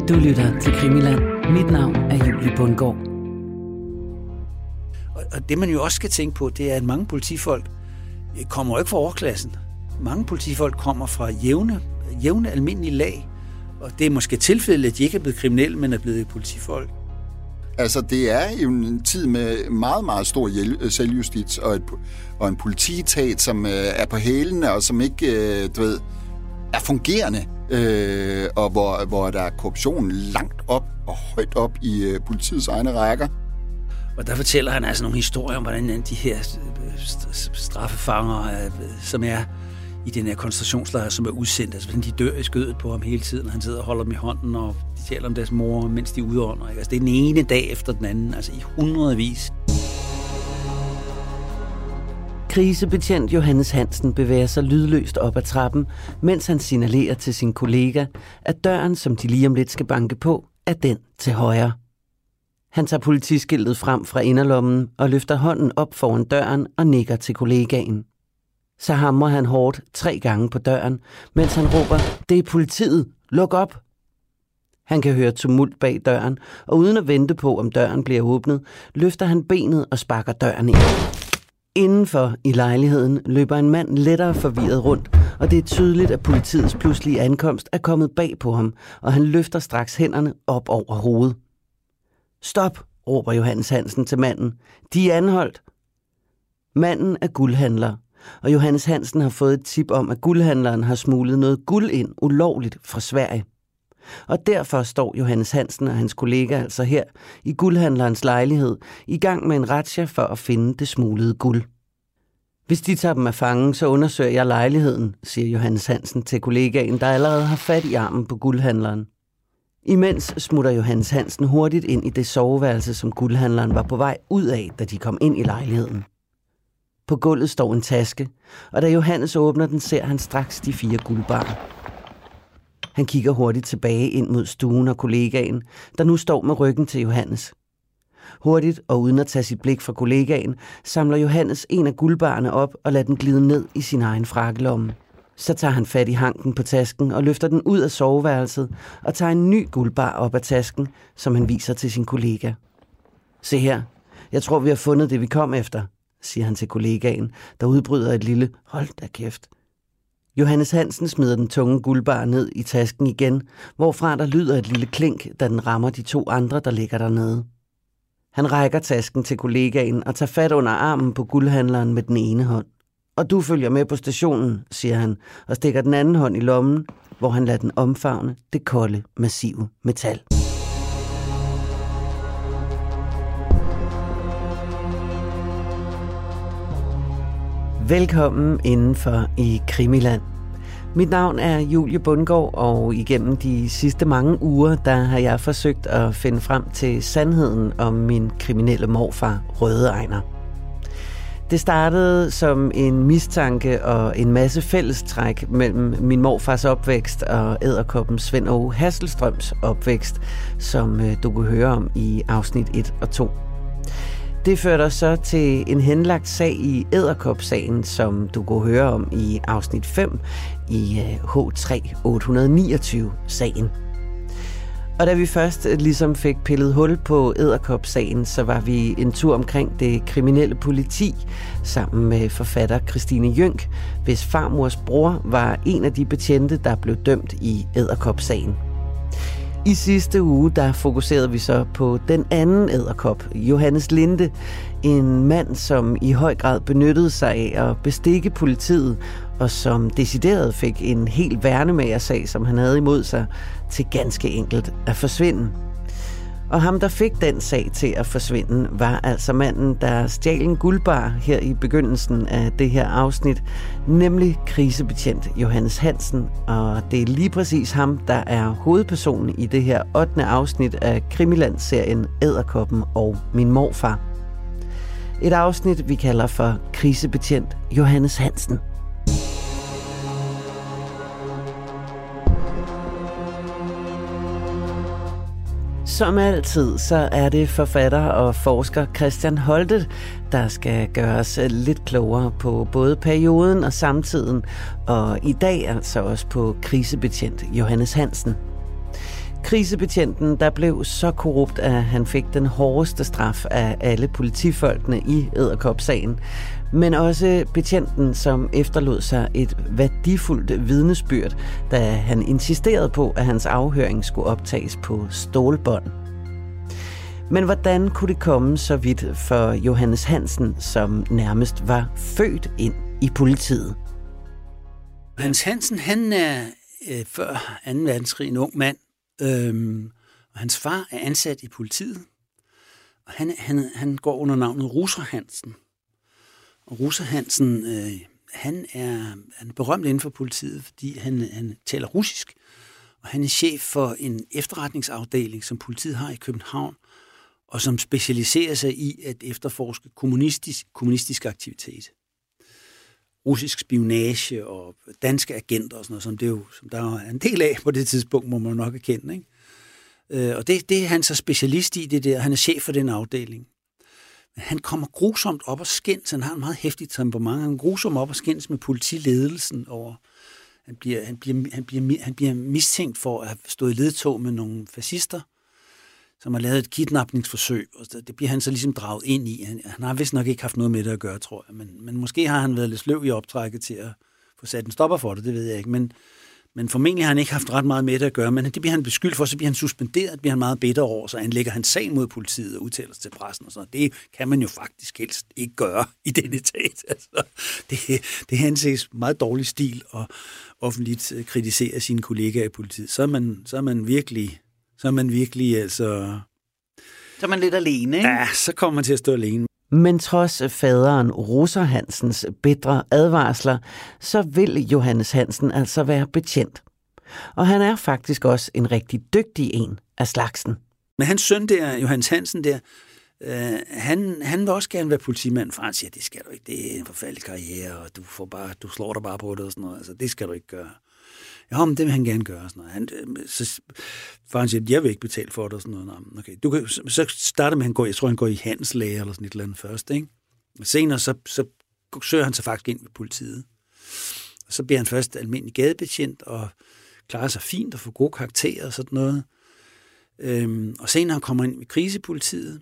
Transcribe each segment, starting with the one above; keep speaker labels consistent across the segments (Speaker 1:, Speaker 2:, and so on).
Speaker 1: Du lytter til Krimiland. Mit navn er Julie Bundgaard.
Speaker 2: Og det man jo også skal tænke på, det er, at mange politifolk kommer jo ikke fra overklassen. Mange politifolk kommer fra jævne almindelige lag. Og det er måske tilfældet, at de ikke er blevet kriminelle, men er blevet politifolk.
Speaker 3: Altså, det er jo en tid med meget, meget stor selvjustits og en politietat, som er på hælene og som ikke, er fungerende. Og hvor der er korruption langt op og højt op i politiets egne rækker.
Speaker 2: Og der fortæller han altså nogle historier om, hvordan de her straffefanger, som er i den her koncentrationslejr, som er udsendt, altså de dør i skødet på ham hele tiden, og han sidder og holder dem i hånden, og de taler om deres mor, mens de udånder. Altså, det er den ene dag efter den anden, altså i hundredvis.
Speaker 1: Krisebetjent Johannes Hansen bevæger sig lydløst op ad trappen, mens han signalerer til sin kollega, at døren, som de lige om lidt skal banke på, er den til højre. Han tager politiskiltet frem fra inderlommen og løfter hånden op foran døren og nikker til kollegaen. Så hamrer han hårdt 3 gange på døren, mens han råber, "Det er politiet! Luk op!" Han kan høre tumult bag døren, og uden at vente på, om døren bliver åbnet, løfter han benet og sparker døren ind. Indenfor i lejligheden løber en mand lettere forvirret rundt, og det er tydeligt, at politiets pludselige ankomst er kommet bag på ham, og han løfter straks hænderne op over hovedet. "Stop!" råber Johannes Hansen til manden. "De er anholdt!" Manden er guldhandler, og Johannes Hansen har fået et tip om, at guldhandleren har smuglet noget guld ind ulovligt fra Sverige. Og derfor står Johannes Hansen og hans kollega altså her i guldhandlerens lejlighed i gang med en razzia for at finde det smuglede guld. "Hvis de tager dem af fangen, så undersøger jeg lejligheden," siger Johannes Hansen til kollegaen, der allerede har fat i armen på guldhandleren. Imens smutter Johannes Hansen hurtigt ind i det soveværelse, som guldhandleren var på vej ud af, da de kom ind i lejligheden. På gulvet står en taske, og da Johannes åbner den, ser han straks de 4 guldbarrer. Han kigger hurtigt tilbage ind mod stuen og kollegaen, der nu står med ryggen til Johannes. Hurtigt og uden at tage sit blik fra kollegaen, samler Johannes en af guldbarrerne op og lader den glide ned i sin egen frakkelomme. Så tager han fat i hanken på tasken og løfter den ud af soveværelset og tager en ny guldbar op af tasken, som han viser til sin kollega. "Se her, jeg tror vi har fundet det vi kom efter," siger han til kollegaen, der udbryder et lille "hold da kæft". Johannes Hansen smider den tunge guldbar ned i tasken igen, hvorfra der lyder et lille klink, da den rammer de 2 andre, der ligger dernede. Han rækker tasken til kollegaen og tager fat under armen på guldhandleren med den ene hånd. "Og du følger med på stationen," siger han, og stikker den anden hånd i lommen, hvor han lader den omfavne det kolde, massive metal. Velkommen indenfor i Krimiland. Mit navn er Julie Bundgaard, og igennem de sidste mange uger, der har jeg forsøgt at finde frem til sandheden om min kriminelle morfar, Røde Ejner. Det startede som en mistanke og en masse fællestræk mellem min morfars opvækst og edderkoppen Svend Åge Hasselstrøms opvækst, som du kunne høre om i afsnit 1 og 2. Det førte os så til en henlagt sag i Edderkop-sagen, som du kunne høre om i afsnit 5 i H3-829-sagen. Og da vi først ligesom fik pillet hul på Edderkop-sagen, så var vi en tur omkring det kriminelle politi sammen med forfatter Christine Jønk, hvis farmors bror var en af de betjente, der blev dømt i Edderkop-sagen. I sidste uge, der fokuserede vi så på den anden edderkop, Johannes Linde, en mand, som i høj grad benyttede sig af at bestikke politiet, og som decideret fik en helt værnemagersag, som han havde imod sig, til ganske enkelt at forsvinde. Og ham, der fik den sag til at forsvinde, var altså manden, der stjal en guldbar her i begyndelsen af det her afsnit, nemlig krisebetjent Johannes Hansen. Og det er lige præcis ham, der er hovedpersonen i det her 8. afsnit af Krimiland-serien Edderkoppen og min morfar. Et afsnit, vi kalder for Krisebetjent Johannes Hansen. Som altid, så er det forfatter og forsker Christian Holte, der skal gøre os lidt klogere på både perioden og samtiden, og i dag altså også på krisebetjent Johannes Hansen. Krisebetjenten, der blev så korrupt, at han fik den hårdeste straf af alle politifolkene i Edderkop-sagen. Men også betjenten, som efterlod sig et værdifuldt vidnesbyrd, da han insisterede på, at hans afhøring skulle optages på stålbånd. Men hvordan kunne det komme så vidt for Johannes Hansen, som nærmest var født ind i politiet?
Speaker 2: Hans Hansen, han er før 2. verdenskrig en ung mand, og hans far er ansat i politiet, og han går under navnet Russer Hansen. Og Russer Hansen, han er berømt inden for politiet, fordi han taler russisk, og han er chef for en efterretningsafdeling, som politiet har i København, og som specialiserer sig i at efterforske kommunistisk aktivitet. Russisk spionage og danske agenter og sådan noget, som der er en del af på det tidspunkt, må man nok erkende, ikke? Og det er han så specialist i, det der. Han er chef for den afdeling. Men han kommer grusomt op og skændes. Han har en meget heftig temperament. Han er grusomt op og skændes med politiledelsen over. Han bliver mistænkt for at have stået i ledtog med nogle fascister, som har lavet et kidnapningsforsøg, og det bliver han så ligesom draget ind i. Han har vist nok ikke haft noget med det at gøre, tror jeg, men måske har han været lidt sløv i optrækket til at få sat en stopper for det ved jeg ikke, men formentlig har han ikke haft ret meget med det at gøre, men det bliver han beskyldt for, så bliver han suspenderet, det bliver han meget bitter over, så anlægger han sag mod politiet og udtaler sig til pressen og sådan. Det kan man jo faktisk helst ikke gøre i den etat. Altså, det anses meget dårlig stil og offentligt kritisere sine kollegaer i politiet. Så er man virkelig, altså...
Speaker 4: Så er man lidt alene, ikke?
Speaker 2: Ja, så kommer man til at stå alene.
Speaker 1: Men trods faderen Russer Hansens bitre advarsler, så vil Johannes Hansen altså være betjent. Og han er faktisk også en rigtig dygtig en af slagsen.
Speaker 2: Men hans søn der, Johannes Hansen der, han vil også gerne være politimand. Far siger, det skal du ikke, det er en forfærdelig karriere, og du slår dig bare på det og sådan noget. Altså, det skal du ikke gøre. Ja, men det vil han gerne gøre. Sådan noget. Så faren siger, jeg vil ikke betale for det og sådan noget. Okay. Så starter med, han går i handelslæge eller sådan et eller andet først, ikke? Og senere så søger han sig faktisk ind ved politiet. Og så bliver han først almindelig gadebetjent og klarer sig fint og får gode karakterer og sådan noget. Og senere kommer han ind ved krisepolitiet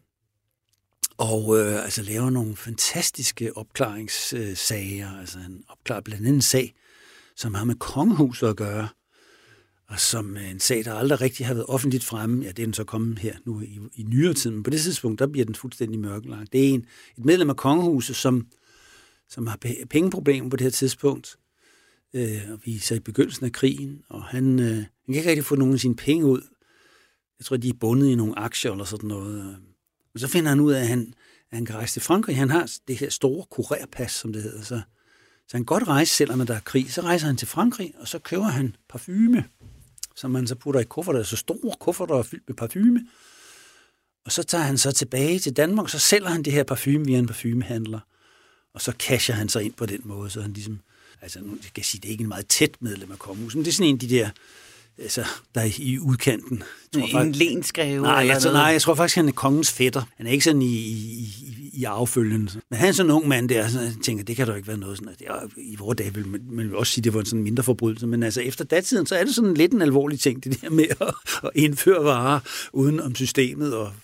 Speaker 2: og laver nogle fantastiske opklaringssager. Altså han opklarer blandt andet en sag, som har med kongehuset at gøre, og som en sag, der aldrig rigtig har været offentligt fremme. Ja, det er den så kommet her nu i nyere tid, men på det tidspunkt, der bliver den fuldstændig mørkelagt. Det er et medlem af kongehuset, som har pengeproblemer på det her tidspunkt, og vi er så i begyndelsen af krigen, og han kan ikke rigtig få nogen af sine penge ud. Jeg tror, de er bundet i nogle aktier eller sådan noget. Og så finder han ud af, at han kan rejse til Frankrig. Han har det her store kurerpas, som det hedder, så han kan godt rejse, selvom der er krig. Så rejser han til Frankrig, og så køber han parfume, som man så putter i kufferter, så store kufferter er fyldt med parfume. Og så tager han så tilbage til Danmark, og så sælger han det her parfume via en parfumehandler. Og så casher han sig ind på den måde, så han ligesom, altså nu kan jeg sige, det er ikke en meget tæt medlem af kongehuset, men det er sådan en af de der, altså, der er i udkanten.
Speaker 4: En lensgreve?
Speaker 2: Nej, jeg tror faktisk, han er kongens fætter. Han er ikke sådan i arvefølgen. Men han er sådan en ung mand der, så jeg tænker, det kan da ikke være noget sådan. I vores dage vil man også sige, det var en sådan mindre forbrydelse. Men altså efter datiden, så er det sådan lidt en alvorlig ting, det der med at indføre varer uden om systemet og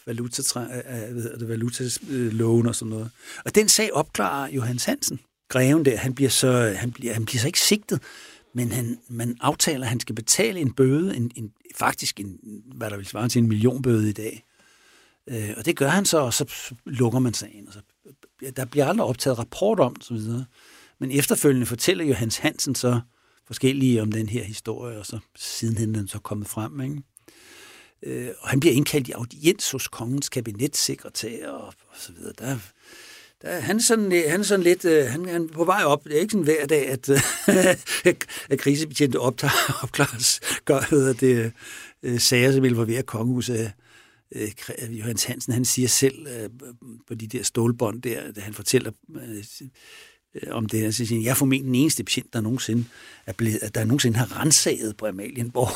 Speaker 2: valutaloven og sådan noget. Og den sag opklarer Johannes Hansen. Greven der, han bliver så ikke sigtet, men man aftaler, at han skal betale en bøde, faktisk hvad der vil svare til 1 millionbøde i dag. Og det gør han så, og så lukker man sagen. Og så, der bliver aldrig optaget rapport om det, så videre. Men efterfølgende fortæller Johannes Hansen så forskellige om den her historie, og så sidenhen den så kommet frem, ikke? Og han bliver indkaldt i audiens hos kongens kabinetssekretær, og så videre. Han er på vej op. Det er ikke sådan hver dag, at krisebetjente opklares, sager, som involverer kongehuset. Johannes Hansen, han siger selv på de der stålbånd der, da han fortæller om det her, så siger han, jeg er formentlig den eneste betjent, der nogensinde har ransaget på Amalienborg.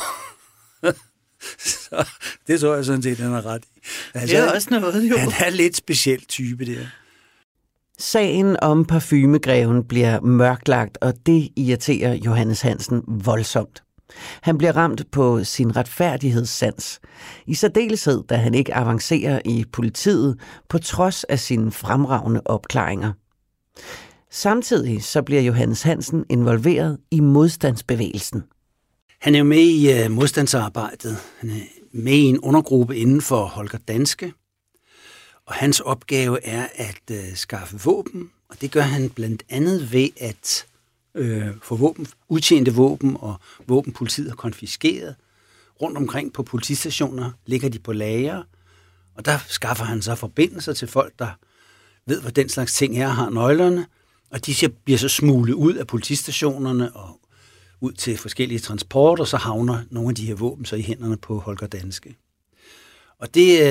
Speaker 2: Så det tror jeg sådan set, han har ret i. Altså,
Speaker 4: det er også noget, jo.
Speaker 2: Han er lidt speciel type der.
Speaker 1: Sagen om parfumegreven bliver mørklagt, og det irriterer Johannes Hansen voldsomt. Han bliver ramt på sin retfærdighedssans. I særdeleshed, da han ikke avancerer i politiet på trods af sine fremragende opklaringer. Samtidig så bliver Johannes Hansen involveret i modstandsbevægelsen.
Speaker 2: Han er jo med i modstandsarbejdet. Han er med i en undergruppe inden for Holger Danske. Og hans opgave er at skaffe våben, og det gør han blandt andet ved at få våben, udtjente våben og våben politiet har konfiskeret. Rundt omkring på politistationer ligger de på lager, og der skaffer han så forbindelser til folk, der ved, hvad den slags ting er, har nøglerne, og de bliver så smuglet ud af politistationerne og ud til forskellige transporter, og så havner nogle af de her våben så i hænderne på Holger Danske. Og det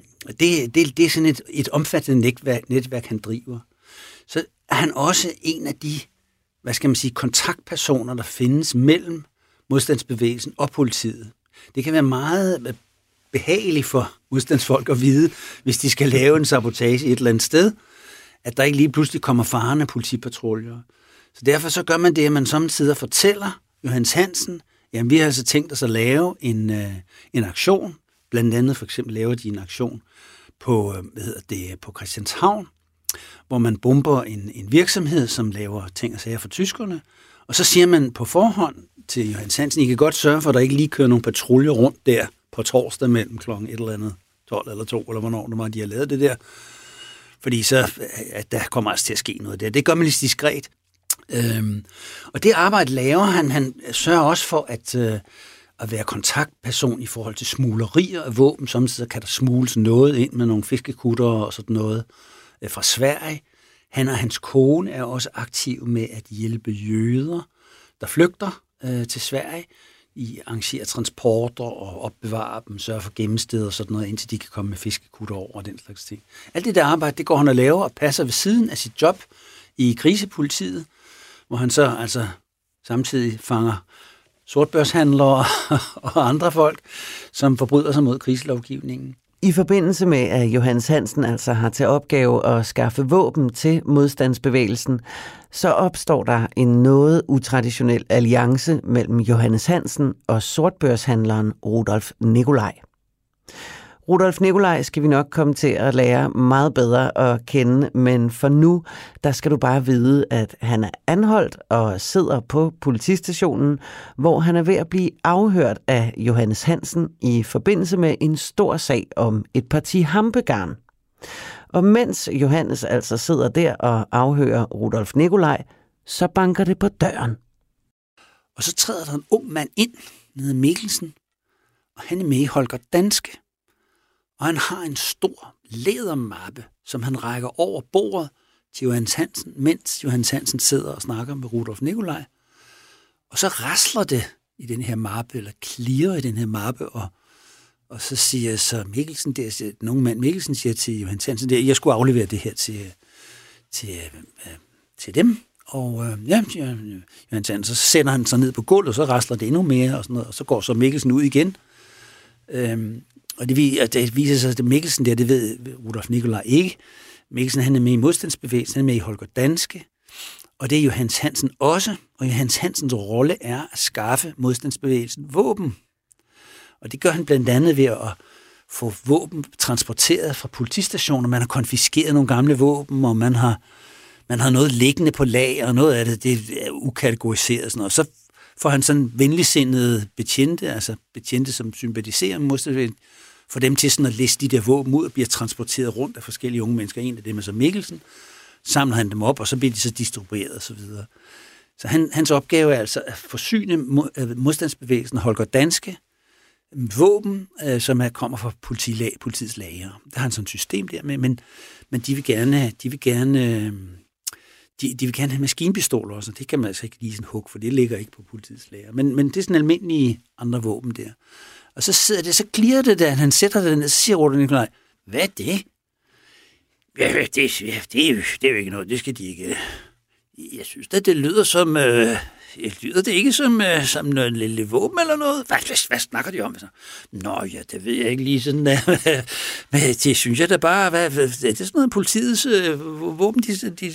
Speaker 2: er sådan et omfattende netværk, han driver. Så er han også en af de, kontaktpersoner, der findes mellem modstandsbevægelsen og politiet. Det kan være meget behageligt for modstandsfolk at vide, hvis de skal lave en sabotage et eller andet sted, at der ikke lige pludselig kommer farende politipatruljer. Så derfor så gør man det, at man samtidig fortæller Johannes Hansen, jamen vi har altså tænkt os at lave en aktion. Blandt andet for eksempel laver de en aktion på Christianshavn, hvor man bomber en virksomhed, som laver ting og sager for tyskerne. Og så siger man på forhånd til Johannes Hansen, I kan godt sørge for, at der ikke lige kører nogle patruljer rundt der på torsdag mellem klokken 1 eller andet, 12 eller 2, eller hvornår det var, de har lavet det der. Fordi så at der kommer altså til at ske noget der. Det gør man lidt diskret. Og det arbejde laver han. Han sørger også for at være kontaktperson i forhold til smuglerier af våben. Samtidig kan der smugles noget ind med nogle fiskekutter og sådan noget fra Sverige. Han og hans kone er også aktive med at hjælpe jøder, der flygter til Sverige. I arrangerer transporter og opbevarer dem, sørger for gemmesteder og sådan noget, indtil de kan komme med fiskekutter over og den slags ting. Alt det der arbejde, det går han og laver og passer ved siden af sit job i krisepolitiet, hvor han så altså samtidig fanger sortbørshandlere og andre folk, som forbryder sig mod kriselovgivningen.
Speaker 1: I forbindelse med, at Johannes Hansen altså har til opgave at skaffe våben til modstandsbevægelsen, så opstår der en noget utraditionel alliance mellem Johannes Hansen og sortbørshandleren Rudolf Nicolai. Rudolf Nicolai skal vi nok komme til at lære meget bedre at kende, men for nu, der skal du bare vide, at han er anholdt og sidder på politistationen, hvor han er ved at blive afhørt af Johannes Hansen i forbindelse med en stor sag om et parti hampegarn. Og mens Johannes altså sidder der og afhører Rudolf Nicolai, så banker det på døren.
Speaker 2: Og så træder der en ung mand ind, nede Mikkelsen, og han er med i Holger Danske. Og han har en stor lædermappe, som han rækker over bordet til Johannes Hansen, mens Johannes Hansen sidder og snakker med Rudolf Nicolai. Og så rasler det i den her mappe, eller klirrer i den her mappe, og så siger så Mikkelsen, Mikkelsen siger til Johannes Hansen, jeg skulle aflevere det her til dem. Og Johannes Hansen, så sender han sig ned på gulvet, og så rasler det endnu mere, og sådan noget, og så går så Mikkelsen ud igen. Og det viser sig, at Mikkelsen der, det ved Rudolf Nicolai ikke. Mikkelsen, han er med i modstandsbevægelsen, han er med i Holger Danske, og det er Johannes Hansen også. Og Johannes Hansens rolle er at skaffe modstandsbevægelsen våben. Og det gør han blandt andet ved at få våben transporteret fra politistationer. Man har konfiskeret nogle gamle våben, og man har noget liggende på lager, og noget af det er ukategoriseret. Sådan noget. Så får han sådan venligsindede betjente, altså betjente, som sympatiserer med modstandsbevægelsen, for dem til sådan at liste de der våben ud og bliver transporteret rundt af forskellige unge mennesker. En af dem er så Mikkelsen. Samler han dem op, og så bliver de så distribueret og så videre. Så hans opgave er altså at forsyne modstandsbevægelsen Holger Danske våben, som kommer fra politiets lager. Der har han sådan et system der med, men de vil gerne have maskinpistoler også, og det kan man altså ikke lige sådan hugge, for det ligger ikke på politiets lager. Men det er sådan almindelige andre våben der. Og så sidder det, så klirrer det der, han sætter det ned, så siger Rudolf Nicolai, hvad er det? Ja, det er jo ikke noget, det skal de ikke. Jeg synes da, det lyder som... lyder det ikke som noget lille våben eller noget? Hvad snakker de om? Nå ja, det ved jeg ikke lige sådan der. Men det synes jeg da bare, det er sådan noget politiets våben,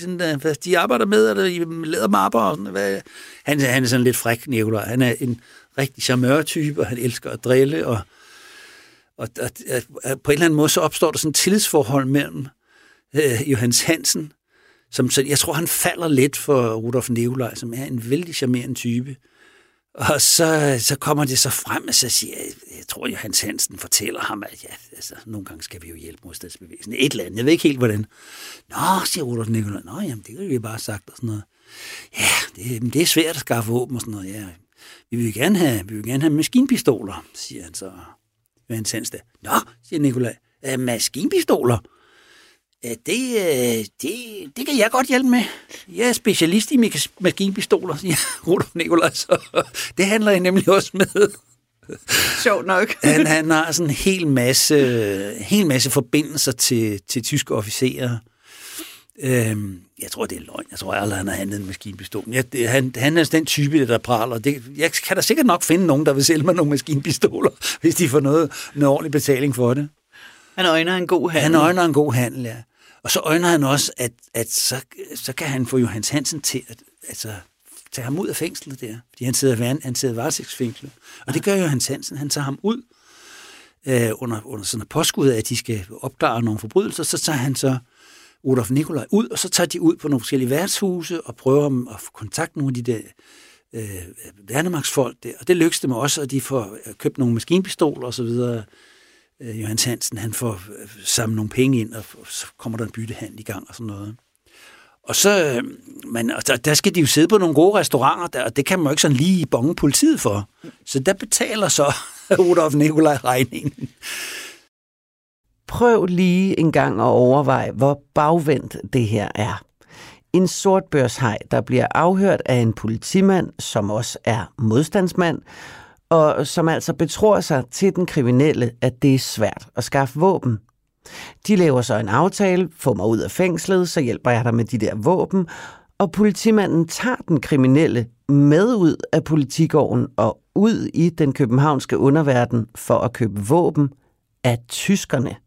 Speaker 2: de arbejder med, eller i lædermapper og sådan. Han er sådan lidt fræk, Nicolai. Han er en rigtig charmeur-type, og han elsker at drille, og på en eller anden måde, så opstår der sådan et tillidsforhold mellem Johannes Hansen, så jeg tror, han falder lidt for Rudolf Nicolai, som er en vældig charmerende type. Og så kommer det så frem, og så siger jeg tror, Johannes Hansen fortæller ham, at nogle gange skal vi jo hjælpe modstandsbevægelsen. Et eller andet, jeg ved ikke helt, hvordan. Nå, siger Rudolf Nicolai, jamen det kan vi bare sagt, og sådan noget. Ja, det er svært at skaffe våben og sådan noget, ja. Vi vil gerne have maskinpistoler, siger han så. Johannes Hansen. Nå, siger Nicolai, maskinpistoler? Det kan jeg godt hjælpe med. Jeg er specialist i maskinpistoler, siger Rudolf Nicolai. Så det handler jeg nemlig også med.
Speaker 4: Sjovt nok.
Speaker 2: Han har sådan en hel masse forbindelser til tyske officerer. Jeg tror, det er løgn. Jeg tror aldrig, han har handlet en maskinpistol. Han er den type, der praler. Jeg kan da sikkert nok finde nogen, der vil sælge mig nogle maskinpistoler, hvis de får noget ordentlig betaling for det.
Speaker 4: Han øjner en god handel. Ja.
Speaker 2: Og så øjner han også, at så kan han få Johannes Hansen til at tage ham ud af fængslet der. Fordi han sidder varetægtsfængslet. Og det gør Johannes Hansen. Han tager ham ud under sådan et påskud af, at de skal opklare nogle forbrydelser. Så tager han så Rudolf Nicolai ud, og så tager de ud på nogle forskellige værtshuse og prøver at få kontakt med nogle af de der værnemagtsfolk der. Og det lykkes dem også, at de får købt nogle maskinpistoler og så videre. Johannes Hansen, han får samlet nogle penge ind, og så kommer der en byttehandel i gang og sådan noget. Og så, der skal de jo sidde på nogle gode restauranter, der, og det kan man jo ikke sådan lige bonge politiet for. Så der betaler så Rudolf Nicolai regningen.
Speaker 1: Prøv lige en gang at overveje, hvor bagvendt det her er. En sortbørshaj, der bliver afhørt af en politimand, som også er modstandsmand, og som altså betror sig til den kriminelle, at det er svært at skaffe våben. De laver så en aftale, få mig ud af fængslet, så hjælper jeg dig med de der våben, og politimanden tager den kriminelle med ud af politigården og ud i den københavnske underverden for at købe våben af tyskerne.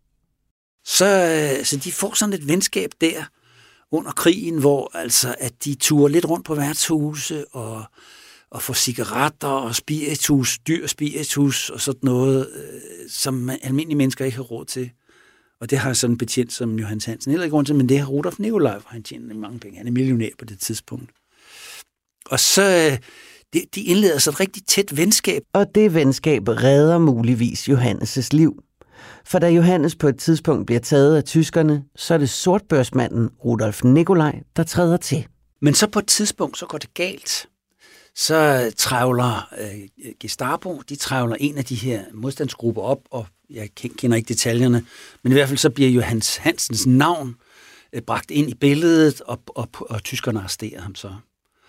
Speaker 2: Så de får sådan et venskab der under krigen, hvor altså, at de turer lidt rundt på værtshuse og får cigaretter og spiritus, dyr spiritus og sådan noget, som almindelige mennesker ikke har råd til. Og det har sådan en betjent som Johannes Hansen heller ikke råd til, men det har Rudolf Nicolai, for han tjener mange penge. Han er millionær på det tidspunkt. Og så de indleder sig et rigtig tæt venskab.
Speaker 1: Og det venskab redder muligvis Johannes' liv. For da Johannes på et tidspunkt bliver taget af tyskerne, så er det sortbørsmanden Rudolf Nicolai, der træder til.
Speaker 2: Men så på et tidspunkt, så går det galt. Så trævler Gestapo, de trævler en af de her modstandsgrupper op, og jeg kender ikke detaljerne, men i hvert fald så bliver Johannes Hansens navn bragt ind i billedet, og tyskerne arresterer ham så.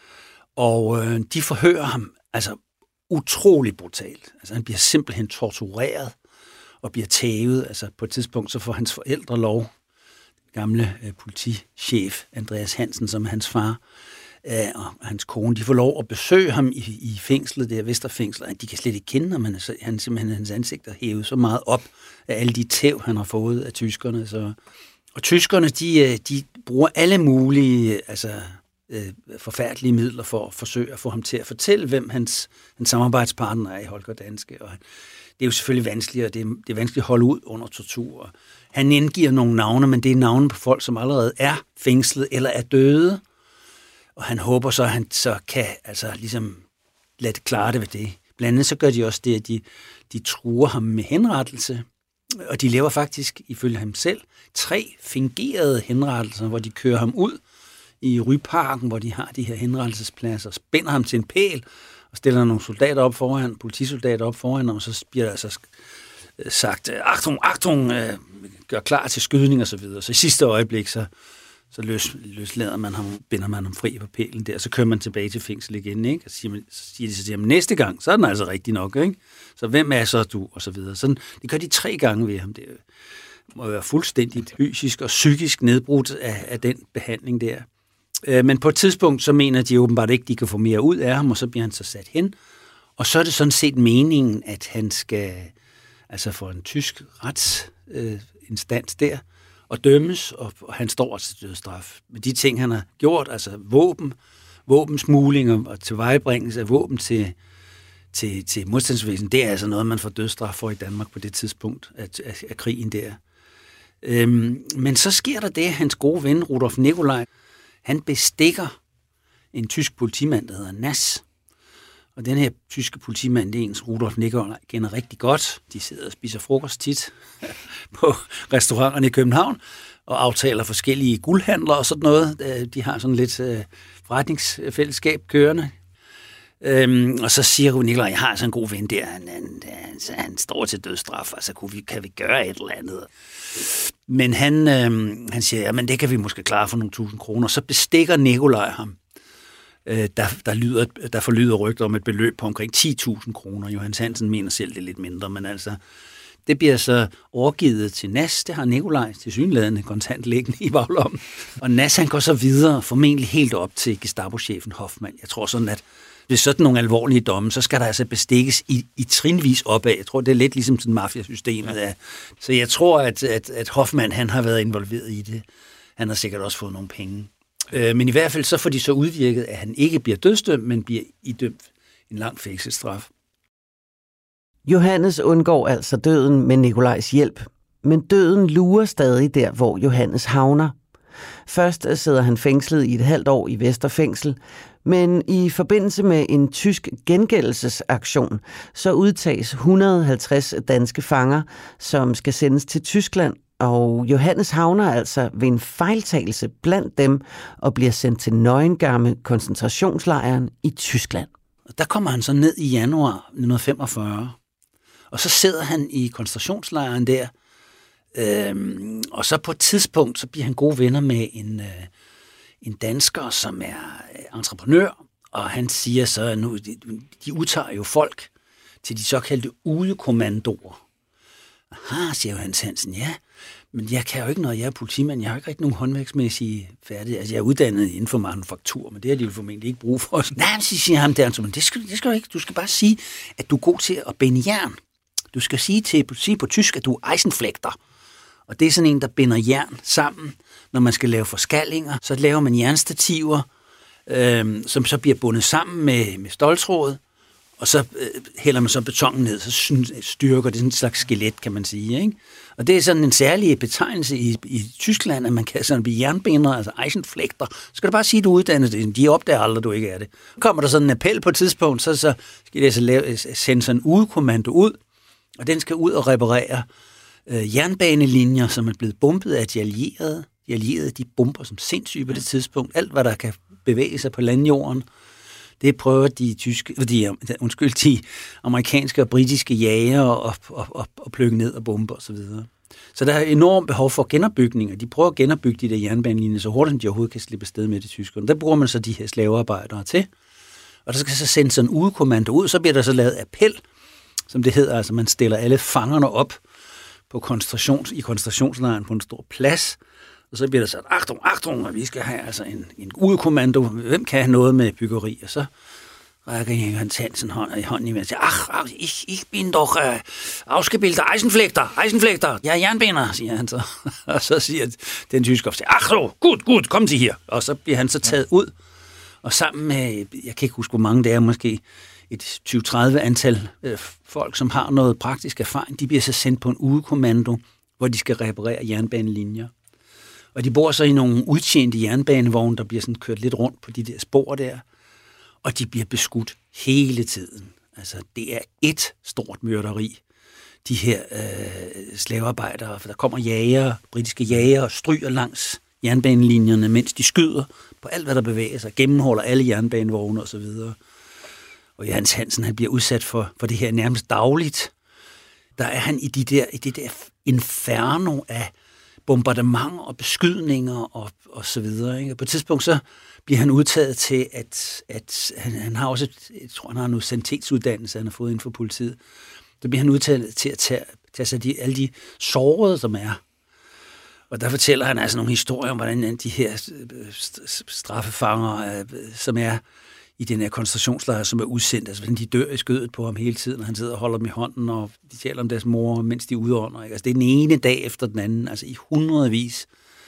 Speaker 2: Og de forhører ham altså utrolig brutalt. Altså han bliver simpelthen tortureret og bliver tævet. Altså på et tidspunkt så får hans forældre lov, den gamle politichef Andreas Hansen, som er hans far, og hans kone, de får lov at besøge ham i fængslet, der Vesterfængslet. De kan slet ikke kende ham, hans ansigt er hævet så meget op af alle de tæv, han har fået af tyskerne. Så. Og tyskerne, de bruger alle mulige forfærdelige midler for at forsøge at få ham til at fortælle, hvem hans samarbejdspartner er i Holger Danske. Og det er jo selvfølgelig vanskeligt, og det er vanskeligt at holde ud under tortur. Han indgiver nogle navne, men det er navne på folk, som allerede er fængslet eller er døde. Og han håber så, at han så kan ligesom lade det klare det ved det. Blandt andet så gør de også det, at de truer ham med henrettelse. Og de laver faktisk, ifølge ham selv, 3 fingerede henrettelser, hvor de kører ham ud i Ryparken, hvor de har de her henrettelsespladser, spænder ham til en pæl og stiller nogle soldater op foran, politisoldater op foran, og så bliver der altså sagt, Achtung, gør klar til skydning og så videre. Så i sidste øjeblik, så løslader man ham, binder man ham fri på pælen der, og så kører man tilbage til fængsel igen, ikke? Og så siger de så til ham, næste gang, så er den altså rigtig nok, ikke? Så hvem er så du? Og så videre. Sådan, det gør de 3 gange ved ham. Det må være fuldstændig fysisk og psykisk nedbrudt af den behandling der. Men på et tidspunkt, så mener de åbenbart ikke, de kan få mere ud af ham, og så bliver han så sat hen. Og så er det sådan set meningen, at han skal få en tysk retsinstans der, og dømmes, og han står altså til dødsstraf. Men de ting, han har gjort, altså våbensmugling og tilvejebringelse af våben til til modstandsbevægelsen, det er altså noget, man får dødsstraf for i Danmark på det tidspunkt af krigen der. Men så sker der det, at hans gode ven, Rudolf Nicolai, han bestikker en tysk politimand, der hedder Nass. Og den her tyske politimand, det er ens Rudolf Nicolai, kender rigtig godt. De sidder og spiser frokost tit på restauranterne i København og aftaler forskellige guldhandler og sådan noget. De har sådan lidt forretningsfællesskab kørende. Og så siger Nicolai, jeg har altså en god ven der, han står til dødsstraf, altså kan vi gøre et eller andet? Men han siger, jamen det kan vi måske klare for nogle 1000 kroner. Så bestikker Nicolai ham. Der forlyder rygter om et beløb på omkring 10.000 kroner. Johannes Hansen mener selv, det er lidt mindre, men altså, det bliver så overgivet til Nass. Det har Nicolai tilsyneladende kontant liggende i baglommen. Og Nass, han går så videre, formentlig helt op til Gestapo-chefen Hoffmann. Jeg tror sådan, at hvis sådan nogle alvorlige domme, så skal der altså bestikkes i trinvis opad. Jeg tror, det er lidt ligesom sådan mafiasystemet er. Så jeg tror, at Hoffmann, han har været involveret i det. Han har sikkert også fået nogle penge. Men i hvert fald så får de så udvirket, at han ikke bliver dødsdømt, men bliver idømt en lang fængselsstraf.
Speaker 1: Johannes undgår altså døden med Nicolais hjælp, men døden lurer stadig der, hvor Johannes havner. Først sidder han fængslet i et halvt år i Vesterfængsel, men i forbindelse med en tysk gengældelsesaktion, så udtages 150 danske fanger, som skal sendes til Tyskland, og Johannes havner altså ved en fejltagelse blandt dem og bliver sendt til Neuengamme koncentrationslejren i Tyskland.
Speaker 2: Der kommer han så ned i januar 1945, og så sidder han i koncentrationslejren der, og så på et tidspunkt, så bliver han gode venner med en dansker, som er entreprenør, og han siger så, at nu, de udtager jo folk til de såkaldte udekommandoer. Aha, siger Johannes Hansen, ja, men jeg kan jo ikke noget, jeg er politimand, jeg har ikke rigtig nogen håndværksmæssige færdigheder. Altså, jeg er uddannet inden for manufaktur, men det har de jo formentlig ikke brug for. Nej, så siger ham der, men det skal du ikke. Du skal bare sige, at du er god til at binde jern. Du skal sige på tysk, at du er Eisenflechter. Og det er sådan en, der binder jern sammen. Når man skal lave forskallinger, så laver man jernstativer, som så bliver bundet sammen med ståltråd, og så hælder man så betongen ned, så styrker det sådan en slags skelet, kan man sige. Ikke? Og det er sådan en særlig betegnelse i Tyskland, at man kan sådan blive jernbinder, altså Eisenflechter. Så skal du bare sige, at du er uddannet det. De opdager aldrig, at du ikke er det. Kommer der sådan en appel på et tidspunkt, så skal det altså sende sådan en udekommando ud, og den skal ud og reparere jernbanelinjer, som er blevet bumpet af de allierede. De allierede, de bomber som sindssyge på det tidspunkt. Alt, hvad der kan bevæge sig på landjorden, det prøver de amerikanske og britiske jæger at plukke ned og bombe osv. Så der er enormt behov for genopbygning, og de prøver at genopbygge de der jernbanelinjer så hurtigt, som de overhovedet kan slippe afsted med det tyskerne. Der bruger man så de her slavearbejdere til, og der skal så sendes sådan en udekommando ud, så bliver der så lavet appel, som det hedder, altså man stiller alle fangerne op på i koncentrationslejren på en stor plads, og så bliver der sagt, Achtung, og vi skal have altså en udekommando. Hvem kan have noget med byggeri? Og så rækker Johannes Hansen i hånden i mig og siger, ich bin doch ausgebildet Eisenflechter. Jeg er jernbinder, siger han så. Og så siger den tyske officer, gut, kom til her. Og så bliver han så taget ud, og sammen med, jeg kan ikke huske, hvor mange det er, måske et 20-30 antal folk, som har noget praktisk erfaring, de bliver så sendt på en udekommando, hvor de skal reparere jernbanelinjer. Og de bor så i nogle udtjente jernbanevogne, der bliver sådan kørt lidt rundt på de der spor der, og de bliver beskudt hele tiden. Altså, det er et stort myrderi, de her slavearbejdere, for der kommer britiske jæger og stryger langs jernbanelinjerne, mens de skyder på alt, hvad der bevæger sig, gennemholder alle jernbanevogne osv. Og Johannes Hansen, han bliver udsat for det her nærmest dagligt. Der er han i det der inferno af bombardementer og beskydninger og så videre. Ikke? På et tidspunkt så bliver han udtaget til, at han har også, jeg tror, han har noget sanitetsuddannelse, han har fået inden for politiet. Så bliver han udtaget til at tage sig alle de sårede, som er. Og der fortæller han altså nogle historier om, hvordan de her straffefanger, som er i den her koncentrationslejr, som er udsendt, altså de dør i skødet på ham hele tiden, og han sidder og holder dem i hånden, og de taler om deres mor, mens de udånder. Ikke? Altså det er den ene dag efter den anden, altså i hundredvis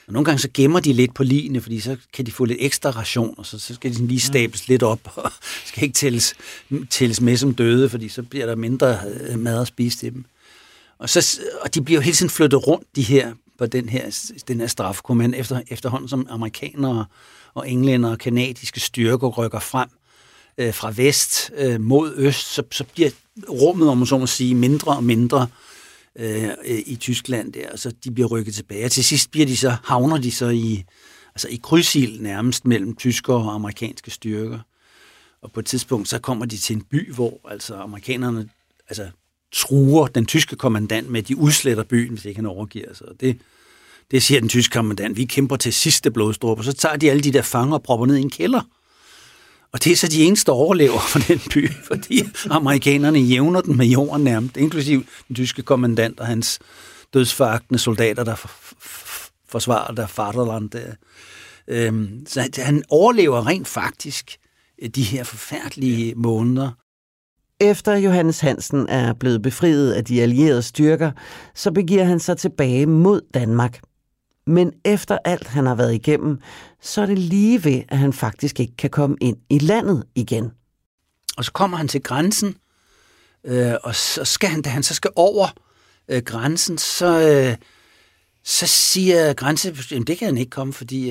Speaker 2: Og nogle gange så gemmer de lidt på ligene, fordi så kan de få lidt ekstra ration, og så skal de sådan lige stables lidt op, og skal ikke tælles med som døde, fordi så bliver der mindre mad at spise til dem. Og de bliver jo hele tiden flyttet rundt, de her, på den her strafkommand, efterhånden som amerikanere og englænder og kanadiske styrker rykker frem fra vest mod øst, så bliver rummet, om man så må sige, mindre og mindre i Tyskland der, og så de bliver rykket tilbage. Og til sidst havner de så i krydsild nærmest mellem tyskere og amerikanske styrker. Og på et tidspunkt, så kommer de til en by, hvor altså amerikanerne truer den tyske kommandant med, at de udsletter byen, hvis ikke han overgiver sig. Og det siger den tyske kommandant, vi kæmper til sidste blodstrup, og så tager de alle de der fanger og propper ned i en kælder. Og det er så de eneste, der overlever fra den by, fordi amerikanerne jævner den med jorden nærmest, inklusiv den tyske kommandant og hans dødsforagtende soldater, der forsvarer der Vaterland. Så han overlever rent faktisk de her forfærdelige måneder.
Speaker 1: Efter Johannes Hansen er blevet befriet af de allierede styrker, så begiver han sig tilbage mod Danmark. Men efter alt, han har været igennem, så er det lige ved, at han faktisk ikke kan komme ind i landet igen.
Speaker 2: Og så kommer han til grænsen, og så skal da han så skal over grænsen, så siger grænsebestemmelsen, det kan han ikke komme, fordi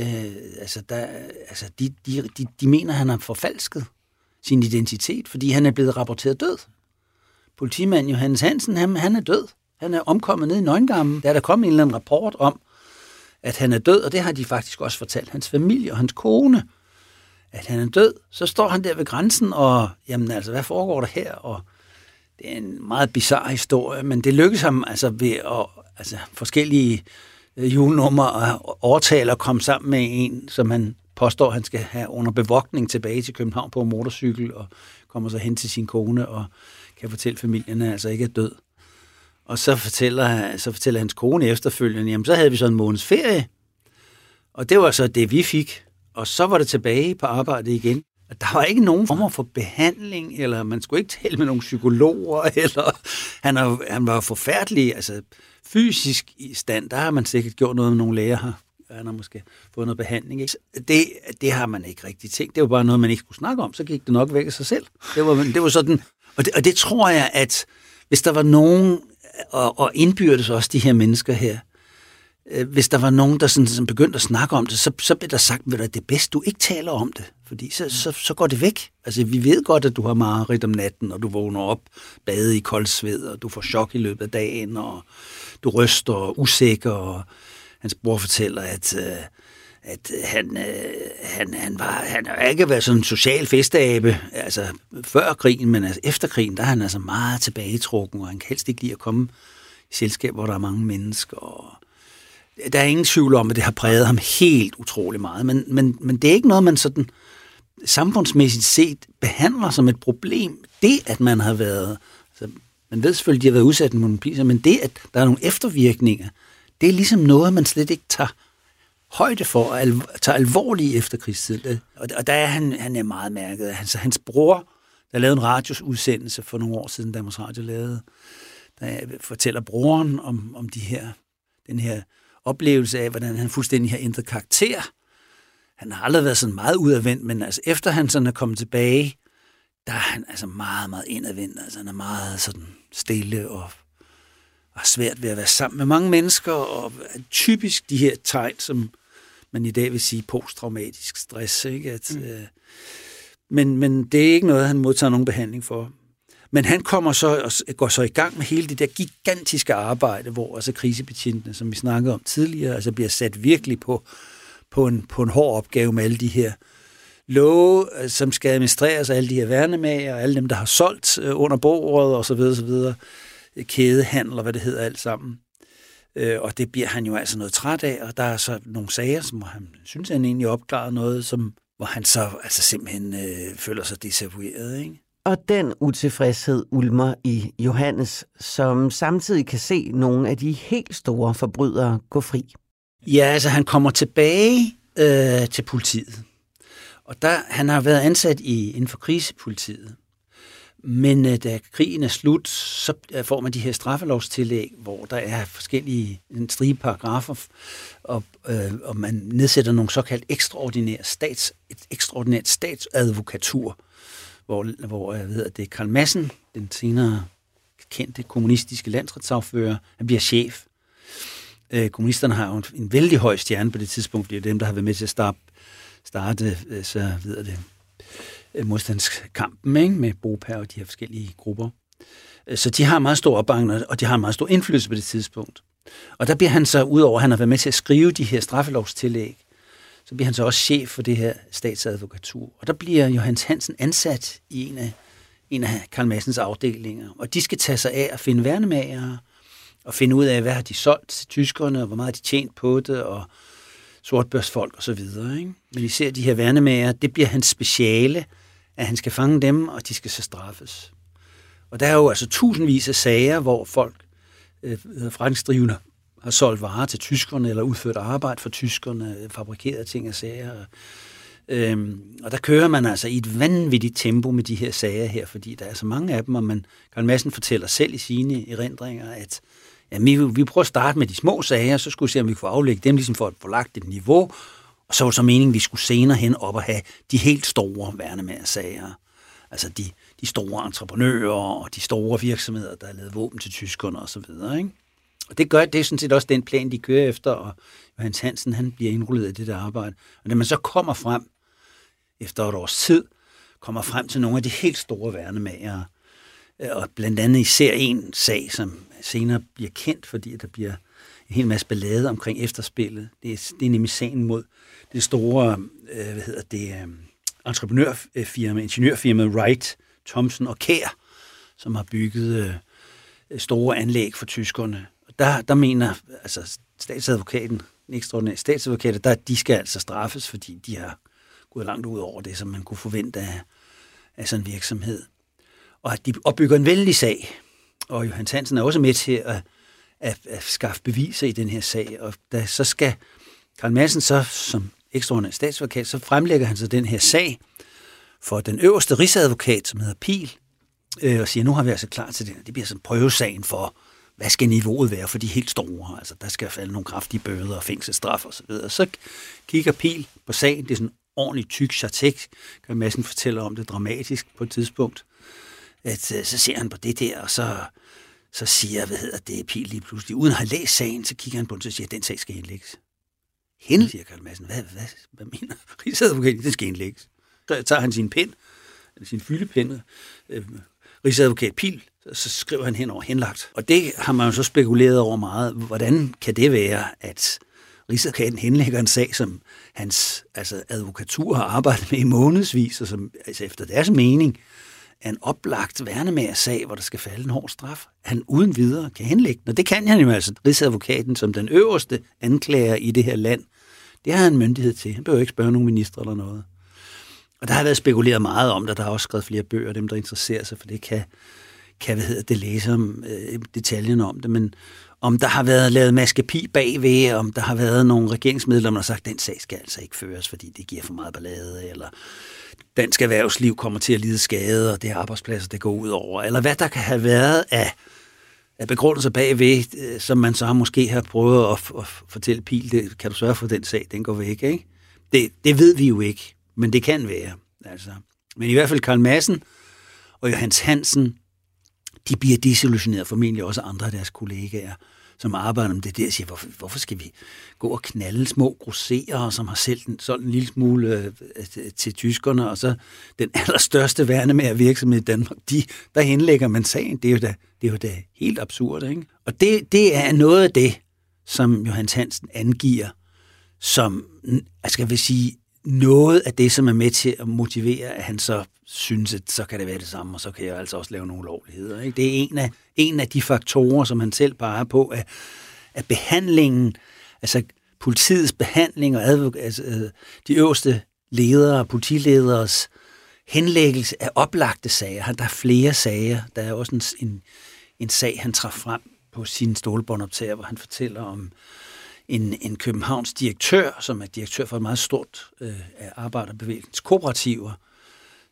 Speaker 2: de mener, at han har forfalsket sin identitet, fordi han er blevet rapporteret død. Politimanden Johannes Hansen, han er død. Han er omkommet ned i Neuengamme. Der er der kommet en eller anden rapport om, at han er død, og det har de faktisk også fortalt hans familie og hans kone, at han er død. Så står han der ved grænsen, og jamen altså, hvad foregår der her? Og det er en meget bizarre historie, men det lykkes ham altså ved at forskellige julenummer at overtale og komme sammen med en, som han påstår, han skal have under bevogtning tilbage til København på en motorcykel, og kommer så hen til sin kone og kan fortælle familien, at han altså ikke er død. Og så fortæller hans kone efterfølgende, jamen så havde vi så en måneds ferie, og det var så det, vi fik. Og så var det tilbage på arbejde igen. Der var ikke nogen form for behandling, eller man skulle ikke tale med nogle psykologer, eller han var forfærdelig, altså fysisk i stand. Der har man sikkert gjort noget med nogle læger her. Han har måske fået noget behandling. Ikke? Det har man ikke rigtig tænkt. Det var bare noget, man ikke skulle snakke om. Så gik det nok væk af sig selv. Det var sådan. Og det tror jeg, at hvis der var nogen, og indbyrdes også de her mennesker her, hvis der var nogen, der sådan begyndte at snakke om det, så blev der sagt, at det er bedst, du ikke taler om det, fordi så går det væk. Altså, vi ved godt, at du har mareridt om natten, og du vågner op, bade i kold sved, og du får chok i løbet af dagen, og du ryster og usikker, og hans bror fortæller, at han har ikke været sådan en social festabe, altså før krigen, men altså efter krigen, der er han altså meget tilbagetrukken, og han kan helst ikke lide at komme i selskab, hvor der er mange mennesker, og der er ingen tvivl om, at det har præget ham helt utrolig meget, men det er ikke noget, man sådan samfundsmæssigt set behandler som et problem. Det, at man har været, altså, man ved selvfølgelig, at de har været udsat for monopoliser, men det, at der er nogle eftervirkninger, det er ligesom noget, man slet ikke tager højde for, og tager alvorligt efterkrigstid. Og der er han er meget mærket. Altså, hans bror, der lavede en radioudsendelse for nogle år siden, Danmarks Radio lavede, der fortæller broren om den her oplevelse af, hvordan han fuldstændig har ændret karakter. Han har aldrig været sådan meget udadvendt, men altså efter han sådan er kommet tilbage, der er han altså meget, meget indadvendt. Altså han er meget sådan stille og har svært ved at være sammen med mange mennesker, og typisk de her tegn, som man i dag vil sige posttraumatisk stress, ikke? Men det er ikke noget, han modtager nogen behandling for. Men han går så i gang med hele det der gigantiske arbejde, hvor altså krisebetjentene, som vi snakkede om tidligere, altså bliver sat virkelig på en hård opgave med alle de her love, som skal administreres af alle de her værnemager, og alle dem, der har solgt under bordet, og så videre, kædehandel og hvad det hedder alt sammen. Og det bliver han jo altså noget træt af, og der er så nogle sager, som han synes, han egentlig opklaret noget, hvor han så altså simpelthen føler sig desavoueret, ikke?
Speaker 1: Og den utilfredshed ulmer i Johannes, som samtidig kan se nogle af de helt store forbrydere gå fri.
Speaker 2: Ja, altså han kommer tilbage til politiet. Og han har været ansat inden for krisepolitiet. Men da krigen er slut, så får man de her straffelovstillæg, hvor der er forskellige stribe paragrafer, og man nedsætter nogle såkaldt ekstraordinært statsadvokatur, hvor jeg ved, at det er Carl Madsen, den senere kendte kommunistiske landsretssagfører, han bliver chef. Kommunisterne har jo en vældig høj stjerne på det tidspunkt, fordi det er dem, der har været med til at starte så videre det, modstandskampen, ikke? Med BOPA og de her forskellige grupper. Så de har meget stor opbakning, og de har meget stor indflydelse på det tidspunkt. Og der bliver han så, udover at han har været med til at skrive de her straffelovstillæg, så bliver han så også chef for det her statsadvokatur. Og der bliver Johannes Hansen ansat i en af Carl Madsens afdelinger, og de skal tage sig af at finde værnemagere, og finde ud af, hvad har de solgt til tyskerne, og hvor meget har de tjent på det, og sortbørsfolk og så videre. Ikke? Men især de her værnemagere, det bliver hans speciale, at han skal fange dem, og de skal så straffes. Og der er jo altså tusindvis af sager, hvor folk, forretningsdrivende, har solgt varer til tyskerne, eller udført arbejde for tyskerne, fabrikeret ting og sager. Og der kører man altså i et vanvittigt tempo med de her sager her, fordi der er så mange af dem, og Carl Madsen fortæller selv i sine erindringer, at vi prøver at starte med de små sager, så skulle vi se, om vi kunne få aflægge dem, ligesom for at få lagt et niveau, og så var det så meningen, at vi skulle senere hen op og have de helt store værnemagersager. Altså de store entreprenører og de store virksomheder, der har lavet våben til tyskerne og så videre, ikke? Og det er sådan set også den plan, de kører efter, og Johannes Hansen, han bliver indrullet i det der arbejde. Og når man så kommer frem, efter et års tid, kommer frem til nogle af de helt store værnemagere, og blandt andet især en sag, som senere bliver kendt, fordi der bliver en hel masse ballade omkring efterspillet. Det er nemlig sagen mod det store, entreprenørfirma, ingeniørfirmaet Wright, Thomsen og Kjær, som har bygget store anlæg for tyskerne. Der mener altså statsadvokaten, den ekstraordinære statsadvokater, de skal altså straffes, fordi de har gået langt ud over det, som man kunne forvente af sådan en virksomhed. Og de opbygger en vældig sag, og Johannes Hansen er også med til at skaffe beviser i den her sag, og så skal Carl Madsen så som ekstraordinær statsadvokat, så fremlægger han så den her sag for den øverste rigsadvokat, som hedder Pihl, og siger, nu har vi altså klar til det. Det bliver sådan prøvesagen for, hvad skal niveauet være for de helt store? Altså, der skal falde nogle kraftige bøder og fængselsstraf og så videre. Så kigger Pihl på sagen, det er sådan en ordentlig tyk chartek, kan Madsen fortælle om det dramatisk på et tidspunkt, at så ser han på det der, og så siger, Pihl lige pludselig, uden at have læst sagen, så kigger han på den, og siger, at den sag skal indlægges. Hende, siger Carl Madsen, hvad mener rigsadvokaten? Det skal indlægges. Så tager han sin fyldepind, rigsadvokat Pihl, så skriver han hen over henlagt. Og det har man jo så spekuleret over meget. Hvordan kan det være, at rigsadvokaten henlægger en sag, som hans advokatur har arbejdet med i månedsvis, og som efter deres mening er en oplagt værnemagersag, hvor der skal falde en hård straf, han uden videre kan henlægge den. Og det kan han jo altså. Rigsadvokaten som den øverste anklager i det her land, det har han myndighed til. Han behøver ikke spørge nogen minister eller noget. Og der har været spekuleret meget om det. Der har også skrevet flere bøger, dem der interesserer sig for det, kan læse om detaljen om det. Men om der har været lavet maskepi bagved, om der har været nogle regeringsmedlemmer, der har sagt, den sag skal altså ikke føres, fordi det giver for meget ballade, eller dansk erhvervsliv kommer til at lide skade, og det er arbejdspladser, det går ud over, eller hvad der kan have været af begrundelser bagved, som man så måske har prøvet at fortælle Pihl, det kan du sørge for, den sag, den går væk, ikke? Det ved vi jo ikke, men det kan være. Altså. Men i hvert fald Carl Madsen og Johannes Hansen, de bliver desillusioneret, formentlig også andre af deres kollegaer, som arbejder med det der, og siger, hvorfor skal vi gå og knalde små grosserer, som har solgt en lille smule til tyskerne, og så den allerstørste værnemagervirksomhed i Danmark, der henlægger man sagen. Det er jo da helt absurd, ikke? Og det er noget af det, som Johannes Hansen angiver, som, skal vi sige, noget af det, som er med til at motivere, at han så synes, at så kan det være det samme, og så kan jeg altså også lave nogle ulovligheder. Ikke? Det er en af de faktorer, som han selv peger på, at behandlingen, altså politiets behandling og de øverste ledere, politilederes henlæggelse af oplagte sager. Der er flere sager. Der er også en sag, han træffer frem på sine stålbåndoptager, hvor han fortæller om en Københavns direktør, som er direktør for et meget stort arbejderbevægelsens kooperativer,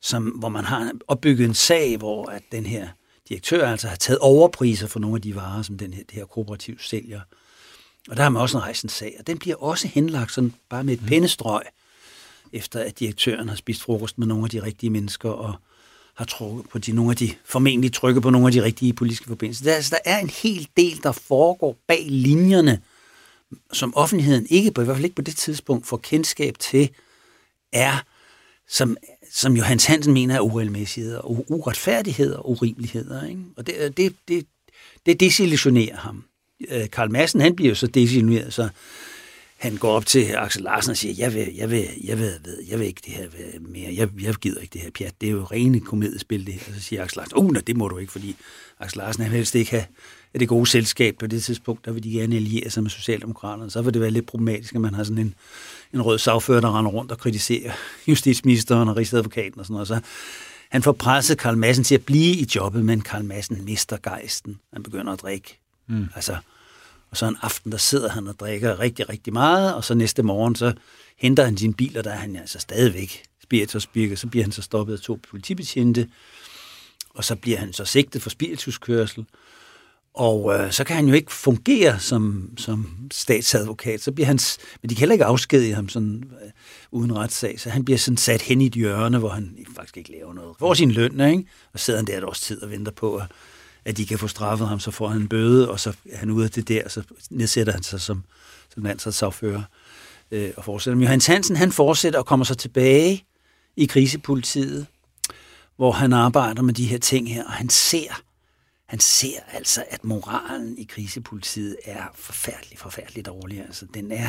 Speaker 2: hvor man har opbygget en sag, hvor at den her direktør altså har taget overpriser for nogle af de varer, som det her kooperativ sælger. Og der har man også rejst en sag, og den bliver også henlagt sådan bare med et pennestrøg, efter at direktøren har spist frokost med nogle af de rigtige mennesker, og har trukket på formentlig trykket på nogle af de rigtige politiske forbindelser. Der er en hel del, der foregår bag linjerne, som offentligheden ikke, i hvert fald ikke på det tidspunkt, får kendskab til, er, som Johannes Hansen mener, er uregelmæssigheder, og uretfærdigheder og urimeligheder. Ikke? Og det desillusionerer ham. Carl Madsen, han bliver jo så desillusioneret, så han går op til Axel Larsen og siger, jeg vil ikke det her mere, jeg gider ikke det her pjat, det er jo rene komediespil det her. Og så siger Axel Larsen, det må du ikke, fordi Axel Larsen, han vil helst ikke have det gode selskab på det tidspunkt, der vil de gerne alliere sig med Socialdemokraterne, så vil det være lidt problematisk, at man har sådan en rød sagfører, der render rundt og kritiserer justitsministeren og rigsadvokaten og sådan noget. Så han får presset Carl Madsen til at blive i jobbet, men Carl Madsen mister gejsten. Han begynder at drikke. Og så en aften, der sidder han og drikker rigtig, rigtig meget, og så næste morgen, så henter han sin bil, og der er han altså stadigvæk spirituspirker, så bliver han så stoppet af 2 politibetjente, og så bliver han så sigtet for spirituskørsel, og så kan han jo ikke fungere som statsadvokat, så bliver men de kan heller ikke afskedige ham sådan uden retssag, så han bliver sådan sat hen i et hjørne, hvor han faktisk ikke laver noget. Får sin løn, ikke? Og sidder han der et års tid og venter på, at de kan få straffet ham, så får han en bøde, og så er han ude af det der, så nedsætter han sig som landsretssagfører og fortsætter. Men Johannes Hansen, han fortsætter og kommer så tilbage i krisepolitiet, hvor han arbejder med de her ting her, og han ser altså, at moralen i krisepolitiet er forfærdeligt dårlig. Altså,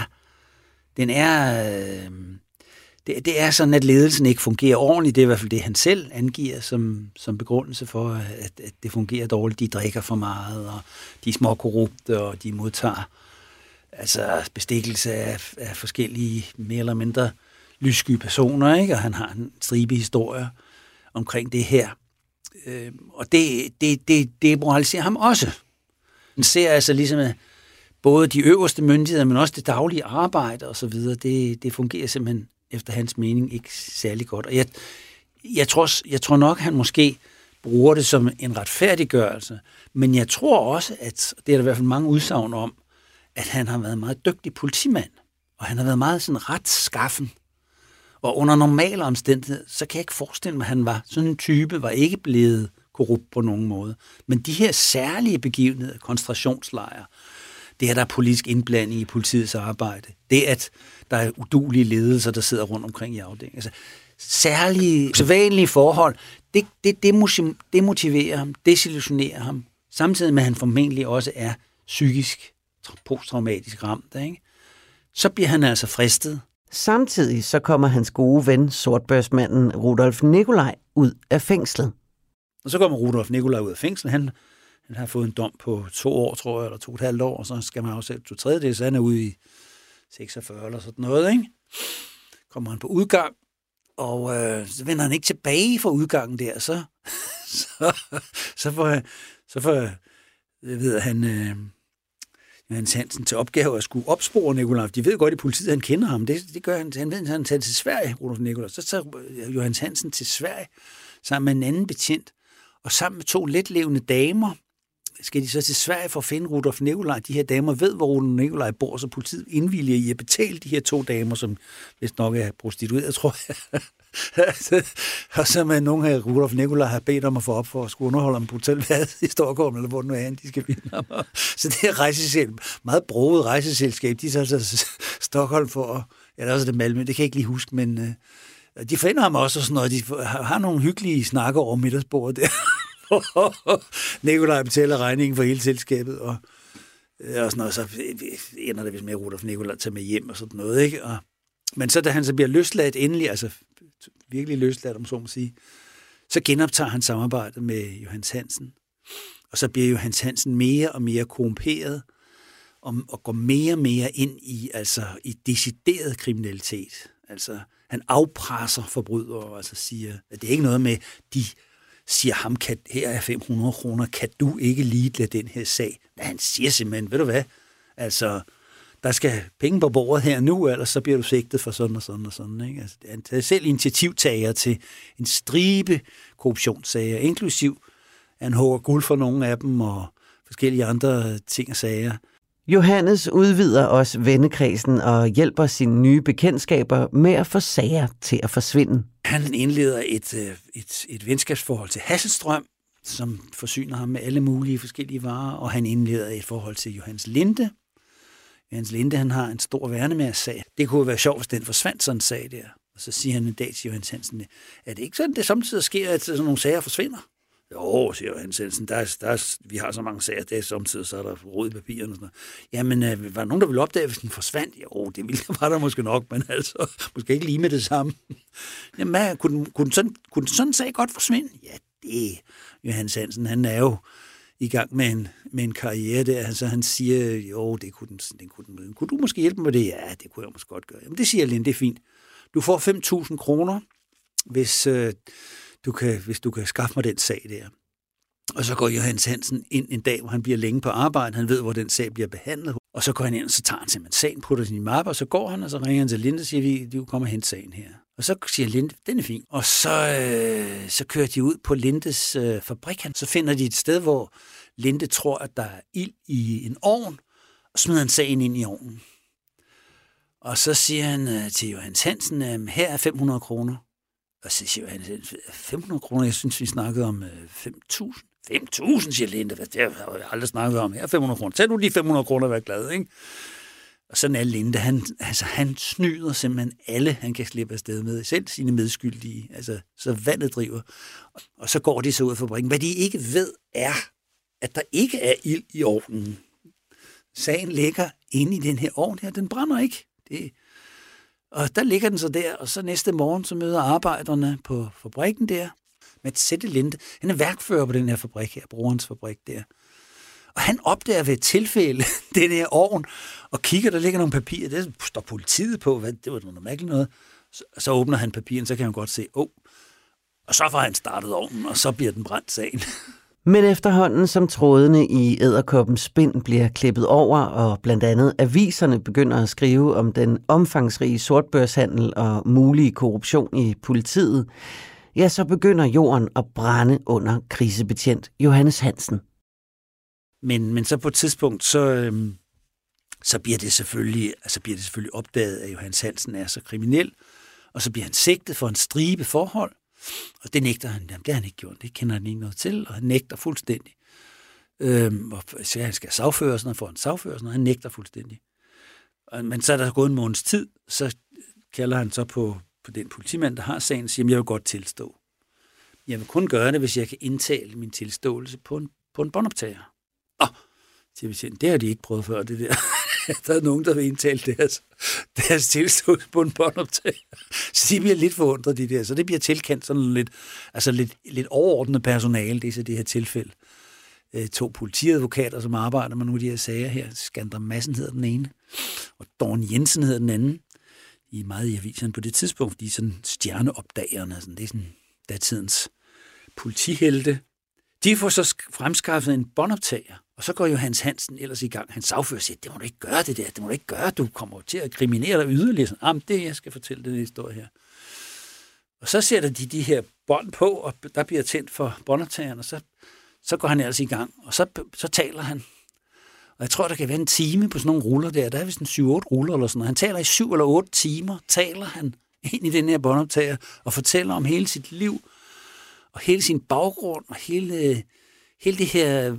Speaker 2: det er sådan, at ledelsen ikke fungerer ordentligt. Det er i hvert fald det, han selv angiver som begrundelse for, at det fungerer dårligt. De drikker for meget, og de er små korrupte, og de modtager altså bestikkelse af forskellige mere eller mindre lyssky personer, ikke? Og han har en stribe historier omkring det her. Og det moraliserer ham også. Han ser altså ligesom både de øverste myndigheder, men også det daglige arbejde og så videre. Det fungerer simpelthen efter hans mening ikke særlig godt. Og jeg tror nok, han måske bruger det som en retfærdiggørelse, men jeg tror også, at det er der i hvert fald mange udsagn om, at han har været en meget dygtig politimand, og han har været meget sådan retskaffen. Og under normale omstændigheder, så kan jeg ikke forestille mig, at han var sådan en type, var ikke blevet korrupt på nogen måde. Men de her særlige begivenheder, koncentrationslejre, det at der er politisk indblanding i politiets arbejde, det at der er udulige ledelser, der sidder rundt omkring i afdelingen. Altså, særlige, sædvanlige forhold, det motiverer ham, desillusionerer ham, samtidig med, at han formentlig også er psykisk posttraumatisk ramt. Ikke? Så bliver han altså fristet.
Speaker 1: Samtidig så kommer hans gode ven, sortbørsmanden Rudolf Nicolai, ud af fængslet.
Speaker 2: Og så kommer Rudolf Nicolai ud af fængslet. Han har fået en dom på 2 år, tror jeg, eller 2,5 år, og så skal man afsætte 2/3, så han er ude i 46 eller sådan noget, ikke? Kommer han på udgang, og så vender han ikke tilbage fra udgangen der, så får Johannes Hansen til opgave at skulle opspore Nicolai. De ved godt i politiet, at han kender ham. Det gør han. Han ved, at han tager til Sverige, Rudolf Nicolai. Så tager Johannes Hansen til Sverige sammen med en anden betjent, og sammen med 2 letlevende damer skal de så til Sverige for at finde Rudolf Nicolai. De her damer ved, hvor Rudolf Nicolai bor, så politiet indvilliger i at betale de her 2 damer, som vist nok er prostitueret, tror jeg. Og så med nogle af Rudolf Nicolai har bedt om at få op for at skulle underholde ham på hotelværelset i Stockholm, eller hvor det nu er, de skal finde ham. Så det er rejseselskab, meget broget rejseselskab. De er så altså Stockholm for, eller også det Malmø, det kan jeg ikke lige huske, men de finder ham også og sådan noget. De har nogle hyggelige snakker over middagsbordet der. Nicolai betaler regningen for hele selskabet, og sådan noget, så ender det vist med, at Rudolf Nicolai tager med hjem og sådan noget, ikke? Men så da han så bliver løsladt endelig, altså virkelig løsladt, om så må sige, så genoptager han samarbejdet med Johannes Hansen, og så bliver Johannes Hansen mere og mere korrumperet, og går mere og mere ind i decideret kriminalitet. Altså, han afpresser forbrydere, altså siger, at det er ikke noget med, de siger ham, her er 500 kroner, kan du ikke lige lade den her sag? Nej, han siger simpelthen, ved du hvad, altså, der skal penge på bordet her nu, ellers så bliver du sigtet for sådan og sådan og sådan. Ikke? Altså, han er selv initiativtager til en stribe korruptionssager, inklusiv han hugger guld for nogle af dem og forskellige andre ting og sager.
Speaker 1: Johannes udvider også vennekredsen og hjælper sine nye bekendtskaber med at få sager til at forsvinde.
Speaker 2: Han indleder et venskabsforhold til Hasselstrøm, som forsyner ham med alle mulige forskellige varer, og han indleder et forhold til Johannes Linde. Johannes Linde, han har en stor værnemærssag. Det kunne være sjovt, hvis den forsvandt sådan en sag der. Og så siger han en dag til Johannes Hansen, er det ikke sådan, det samtidig sker, at sådan nogle sager forsvinder? Jo, siger Johannes Hansen, vi har så mange sager, der samtidig, så er der rod i papirerne og sådan noget. Jamen, var der nogen, der ville opdage, hvis den forsvandt? Jo, det var der måske nok, men altså, måske ikke lige med det samme. Jamen, kunne sådan en sag godt forsvinde? Ja, det Johannes Hansen, han er jo i gang med en karriere der, så han siger, jo, det kunne den. Kunne du måske hjælpe mig med det? Ja, det kunne jeg måske godt gøre. Jamen, det siger Linde, det er fint. Du får 5.000 kroner, hvis du kan skaffe mig den sag der. Og så går Johannes Hansen ind en dag, hvor han bliver længe på arbejde, han ved, hvor den sag bliver behandlet, og så går han ind, og så tager han simpelthen sagen, putter sin i mappe, og så går han, og så ringer han til Linde og siger, du kommer og hente sagen her. Og så siger Linde, den er fin. Og så kører de ud på Lindes fabrik. Så finder de et sted, hvor Linde tror, at der er ild i en ovn, og smider han sagen ind i ovnen. Og så siger han til Johannes Hansen, her er 500 kroner. Og så siger Johannes Hansen, 500 kroner, jeg synes, vi snakkede om 5.000. 5.000, siger Linde, det har jeg aldrig snakket om. Her er 500 kroner. Tag nu lige 500 kroner og vær glad, ikke? Og sådan er Linde, han snyder simpelthen alle, han kan slippe afsted med, selv sine medskyldige, altså så vandet driver. Og så går de så ud af fabrikken. Hvad de ikke ved er, at der ikke er ild i ovnen. Sagen ligger inde i den her ovn her, den brænder ikke. Og der ligger den så der, og så næste morgen, så møder arbejderne på fabrikken der, med Sætte Linde. Han er værkfører på den her fabrik her, brorens fabrik der. Og han opdager ved et tilfælde den her ovn, og kigger, der ligger nogle papirer, der står politiet på, det var noget mærkeligt noget. Så åbner han papiren, så kan han godt se, og så får han startet ovnen, og så bliver den brændt sagen.
Speaker 1: Men efterhånden som trådene i edderkoppens spind bliver klippet over, og blandt andet aviserne begynder at skrive om den omfangsrige sortbørshandel og mulige korruption i politiet, ja, så begynder jorden at brænde under krisebetjent Johannes Hansen.
Speaker 2: Men så på et tidspunkt, så bliver det selvfølgelig opdaget, at Johannes Hansen er så kriminel, og så bliver han sigtet for en stribe forhold, og det nægter han. Jamen, det har han ikke gjort. Det kender han ikke noget til, og han nægter fuldstændig. Så han skal sagføres, og får en sagførelse, og han nægter fuldstændig. Men så er der gået en måneds tid, så kalder han så på den politimand, der har sagen, og siger, jeg vil godt tilstå. Jeg vil kun gøre det, hvis jeg kan indtale min tilståelse på en båndoptager. Det har de ikke prøvet før, det der. Der er nogen, der vil indtale deres tilståelse på en båndoptager. Så de bliver lidt forundret, de der. Så det bliver tilkendt sådan lidt overordnet personale, det er så det her tilfælde. 2 politiadvokater, som arbejder med nogle af de her sager her. Skander Madsen hedder den ene, og Dorn Jensen hedder den anden. De er meget i aviserne på det tidspunkt, de er sådan stjerneopdagerne. Sådan. Det er sådan datidens politihelte. De får så fremskaffet en båndoptager, og så går Johannes Hansen ellers i gang. Han sagfører og siger, det må du ikke gøre det der, det må du ikke gøre, du kommer til at kriminere dig yderligere. Jamen, det jeg skal fortælle den historie her. Og så sætter de her bånd på, og der bliver tændt for båndoptageren, og så går han ellers i gang, og så taler han. Og jeg tror, der kan være en time på sådan nogle ruller der. Der er vist en 7-8 ruller eller sådan noget. Han taler i 7 eller 8 timer, taler han ind i den her båndoptager, og fortæller om hele sit liv, og hele sin baggrund, og hele det her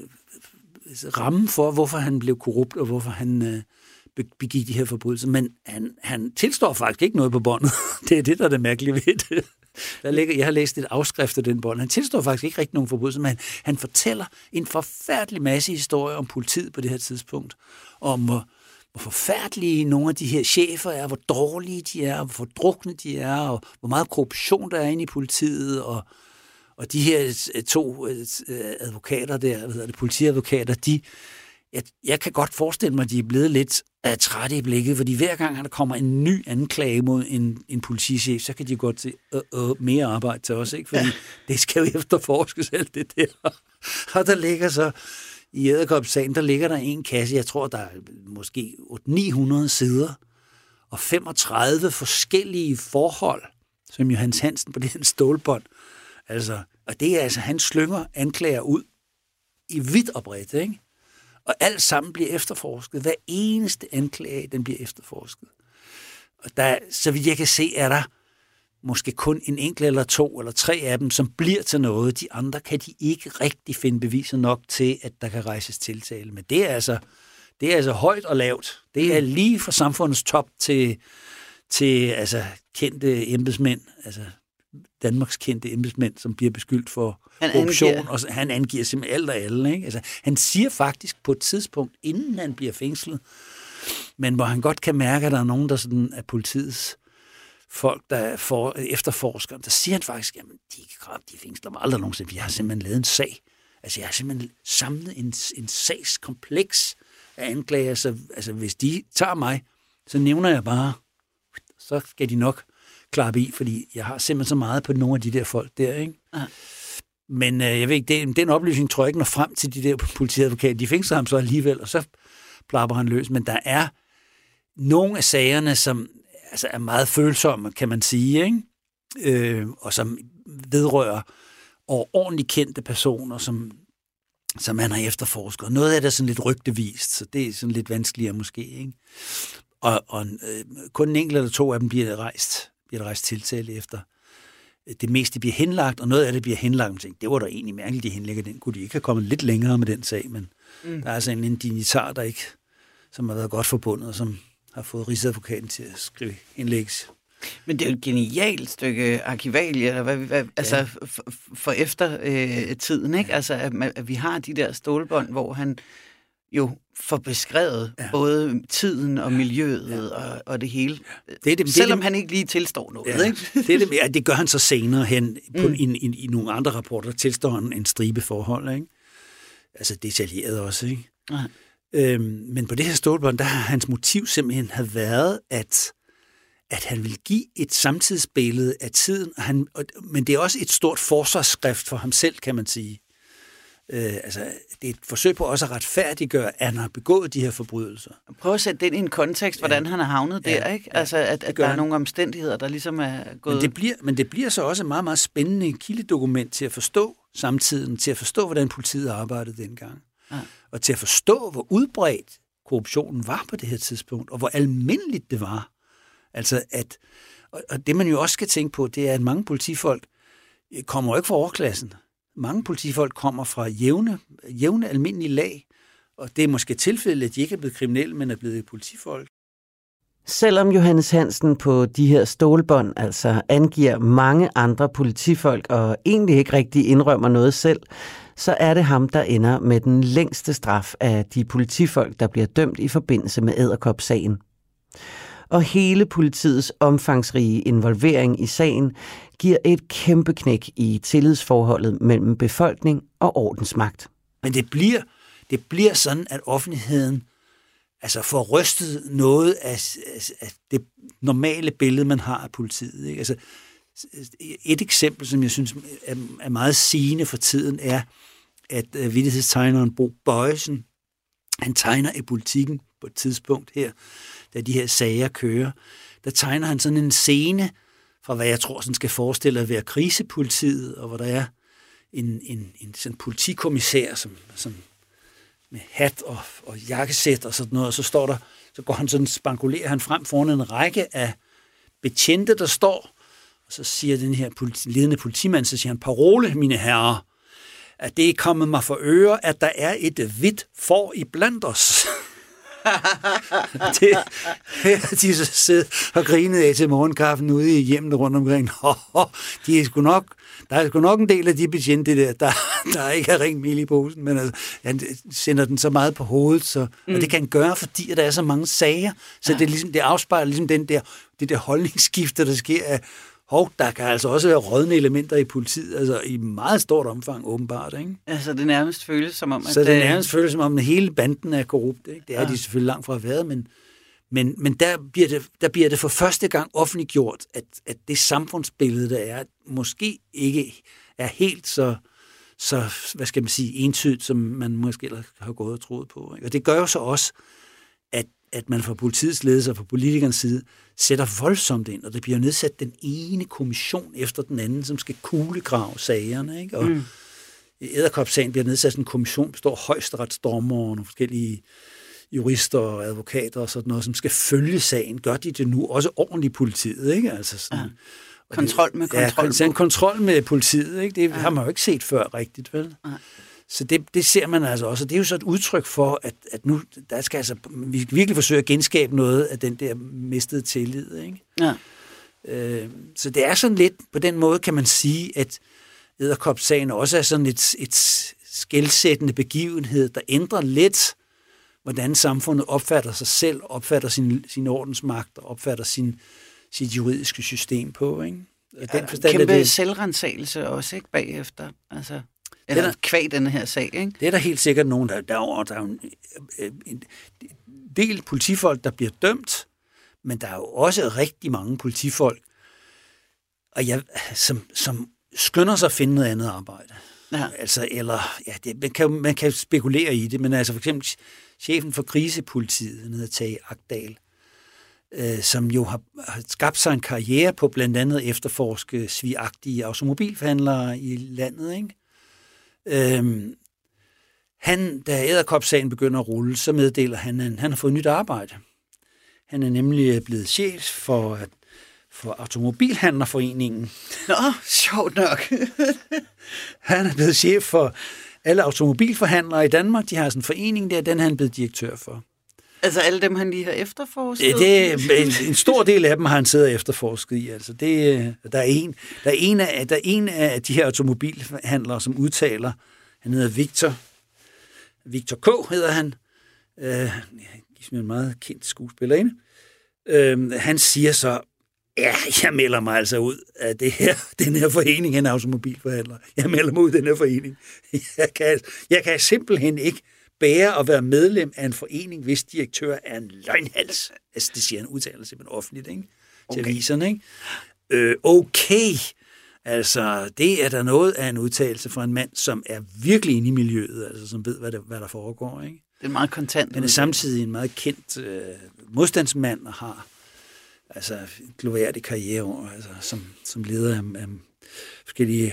Speaker 2: ramme for, hvorfor han blev korrupt, og hvorfor han begik de her forbrydelser. Men han tilstår faktisk ikke noget på båndet. Det er det, der er det mærkelige ved det. Jeg har læst et afskrift af den bånd. Han tilstår faktisk ikke rigtig nogen forbrydelser, men han fortæller en forfærdelig masse historier om politiet på det her tidspunkt, om hvor forfærdelige nogle af de her chefer er, hvor dårlige de er, hvor fordrukne de er, og hvor meget korruption der er inde i politiet, og de her 2 advokater der, politiadvokater, jeg kan godt forestille mig, at de er blevet lidt trætte i blikket, fordi hver gang der kommer en ny anklage mod en politichef, så kan de godt se mere arbejde til os, ikke? Fordi det skal jo efterforskes alt det der. Og der ligger så I Edderkop-sagen, der ligger der en kasse, jeg tror, der er måske 900 sider, og 35 forskellige forhold, som Johannes Hansen på det her stålbånd. Altså, og det er altså, han slynger anklager ud i vidt og bredt, ikke? Og alt sammen bliver efterforsket. Hver eneste anklage, den bliver efterforsket. Og der, så vidt jeg kan se, er der måske kun en enkelt eller 2 eller 3 af dem, som bliver til noget. De andre kan de ikke rigtig finde beviser nok til, at der kan rejses tiltale. Men det er altså højt og lavt. Det er lige fra samfundets top til altså kendte embedsmænd, altså Danmarks kendte embedsmænd, som bliver beskyldt for korruption, og han angiver simpelthen alt og alle. Ikke? Altså, han siger faktisk på et tidspunkt, inden han bliver fængslet, men hvor han godt kan mærke, at der er nogen, der sådan er politiets folk, der får efterforskere, der siger han faktisk, jamen, de fængsler mig aldrig nogensinde. Vi har simpelthen lavet en sag. Altså, jeg har simpelthen samlet en sagskompleks af anklager, så altså, hvis de tager mig, så nævner jeg bare, så skal de nok klappe i, fordi jeg har simpelthen så meget på nogle af de der folk der, ikke? Aha. Men jeg ved ikke, den oplysning tror jeg ikke når frem til de der politiadvokater. De fængsler ham så alligevel, og så plapper han løs. Men der er nogle af sagerne, som altså er meget følsomme, kan man sige, ikke? Og som vedrører ordentligt kendte personer, som man har efterforsket. Noget af det er sådan lidt rygtevist, så det er sådan lidt vanskeligere måske, ikke? Og kun en enkelt eller 2 af dem bliver der rejst tiltale efter. Det meste bliver henlagt, og noget af det bliver henlagt. Det var da egentlig mærkeligt, de henlægger den. Kunne de ikke have kommet lidt længere med den sag, men der er altså en dignitar, som har været godt forbundet, og som har fået Rigsadvokaten til at skrive indlægs.
Speaker 4: Men det er jo et genialt stykke arkivalie, altså for eftertiden, ikke? Altså, at vi har de der stålbånd, hvor han jo får beskrevet både tiden og miljøet og det hele. Selvom han ikke lige tilstår noget. Ikke?
Speaker 2: Det gør han så senere hen. I nogle andre rapporter tilstår han en stribe forhold. Ikke? Altså detaljeret også. Ikke? Men på det her stålbånd, der har hans motiv simpelthen have været, at han vil give et samtidsbillede af tiden. Men det er også et stort forsvarsskrift for ham selv, kan man sige. Altså, det er et forsøg på også at retfærdiggøre, at han har begået de her forbrydelser.
Speaker 4: Prøv at sætte det i en kontekst, hvordan han har havnet der, ikke? Altså, at der er nogle omstændigheder, der ligesom er gået...
Speaker 2: Men det bliver så også et meget, meget spændende kildedokument til at forstå samtiden, til at forstå, hvordan politiet arbejdede dengang. Og til at forstå, hvor udbredt korruptionen var på det her tidspunkt, og hvor almindeligt det var. Altså, og det man jo også skal tænke på, det er, at mange politifolk kommer jo ikke fra overklassen. Mange politifolk kommer fra jævne almindelige lag, og det er måske tilfældet, at de ikke er blevet kriminelle, men er blevet politifolk.
Speaker 1: Selvom Johannes Hansen på de her stålbånd altså angiver mange andre politifolk og egentlig ikke rigtig indrømmer noget selv, så er det ham, der ender med den længste straf af de politifolk, der bliver dømt i forbindelse med Edderkop-sagen. Og hele politiets omfangsrige involvering i sagen giver et kæmpe knæk i tillidsforholdet mellem befolkning og ordensmagt.
Speaker 2: Men det bliver sådan, at offentligheden altså får rystet noget af det normale billede, man har af politiet. Ikke? Altså, et eksempel, som jeg synes er meget sigende for tiden, er, at vittighedstegneren Bo Bøjesen, han tegner i Politikken på et tidspunkt her, da de her sager kører, der tegner han sådan en scene fra, hvad jeg tror, sådan skal forestille at være krisepolitiet, og hvor der er en sådan politikommissær, som med hat og jakkesæt og sådan noget, og så går han sådan, spankulerer han frem foran en række af betjente, der står, og så siger den her ledende politimand, så siger han, parole, mine herrer, at det er kommet mig for øre, at der er et hvidt får i blandt os. De så sidder og grinede af til morgenkaffen ude i hjemmene rundt omkring. Der er sgu nok en del af de betjente der ikke har ringt mil i posen, men altså, han sender den så meget på hovedet, og det kan han gøre, fordi der er så mange sager, så det afspejler ligesom det der holdningsskifte, der sker af, der kan altså også være rådne elementer i politiet, altså i meget stort omfang åbenbart, ikke?
Speaker 4: Altså det nærmest føles som om,
Speaker 2: at hele banden er korrupt, ikke? Det er de selvfølgelig langt fra at være, men der bliver det for første gang offentliggjort, at det samfundsbillede, der er, måske ikke er helt hvad skal man sige, entydigt, som man måske ellers har gået og troet på. Ikke? Og det gør jo så også, at man fra politiets ledelse og fra politikernes side sætter voldsomt ind, og der bliver nedsat den ene kommission efter den anden, som skal kuglegrave sagerne. Ikke? Og Edderkop-sagen bliver nedsat sådan en kommission, består højesteretsdommere og nogle forskellige jurister og advokater og sådan noget, som skal følge sagen. Gør de det nu også ordentligt i politiet? Ikke? Altså sådan,
Speaker 4: kontrol med kontrol.
Speaker 2: Ja, kontrol med politiet. Ikke? Det har man jo ikke set før rigtigt, vel? Så det ser man altså også, og det er jo så et udtryk for, at nu der skal altså vi virkelig forsøge at genskabe noget af den der mistede tillid. Ikke? Ja. Så det er sådan lidt, på den måde kan man sige, at Edderkop-sagen også er sådan et skelsættende begivenhed, der ændrer lidt, hvordan samfundet opfatter sig selv, opfatter sin ordensmagt og opfatter sit juridiske system på. Ikke?
Speaker 4: Den forstand, kæmpe selvrensagelse også, ikke, bagefter. Altså, eller kvæg den her sag, ikke?
Speaker 2: Det er der helt sikkert nogen, der er en del politifolk, der bliver dømt, men der er jo også rigtig mange politifolk, og som skynder sig at finde noget andet arbejde. Ja. Altså, eller, man kan spekulere i det, men altså for eksempel chefen for krisepolitiet, han hedder Tage Agdal, som jo har skabt sig en karriere på blandt andet efterforske svigagtige automobilforhandlere i landet, ikke? Da Edderkop-sagen begynder at rulle, så meddeler han, at han har fået nyt arbejde. Han er nemlig blevet chef for Automobilhandlerforeningen.
Speaker 4: Nå, sjovt nok.
Speaker 2: Han er blevet chef for alle automobilforhandlere i Danmark. De har sådan en forening der, den er han blevet direktør for.
Speaker 4: Altså alle dem, han lige har efterforsket?
Speaker 2: En stor del af dem har han siddet og efterforsket i. Altså der er en af de her automobilhandlere, som udtaler, han hedder Victor K. hedder han. En meget kendt skuespillerinde. Han siger så, jeg melder mig altså ud af den her forening af en automobilforhandler. Jeg melder mig ud af den her forening. Jeg kan simpelthen ikke bære at være medlem af en forening, hvis direktør er en løgnhals. Altså, det siger han udtaler simpelthen offentligt, ikke? Til aviserne, ikke? Okay. Altså, det er der noget af en udtalelse fra en mand, som er virkelig inde i miljøet, altså som ved, hvad der foregår, ikke?
Speaker 4: Det er meget kontant.
Speaker 2: Han er samtidig en meget kendt modstandsmand og har altså en gloværdig karriere, altså, som leder af forskellige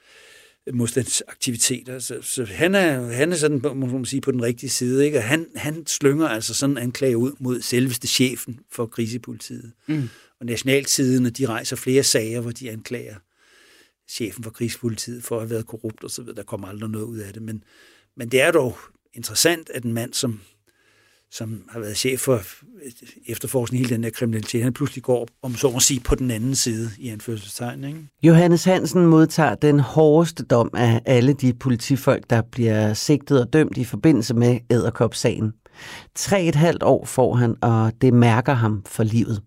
Speaker 2: modstandsaktiviteter. Så han er sådan, må man sige, på den rigtige side, ikke? Og han slynger altså sådan en anklage ud mod selveste chefen for krisepolitiet. Og Nationaltidene, de rejser flere sager, hvor de anklager chefen for krisepolitiet for at have været korrupt og så videre. Der kommer aldrig noget ud af det. Men det er dog interessant, at en mand, som har været chef for efterforskning hele den her kriminalitet, han pludselig går, om så må sige, på den anden side i anførselstegn, ikke?
Speaker 1: Johannes Hansen modtager den hårdeste dom af alle de politifolk, der bliver sigtet og dømt i forbindelse med Edderkop-sagen. 3,5 år får han, og det mærker ham for livet.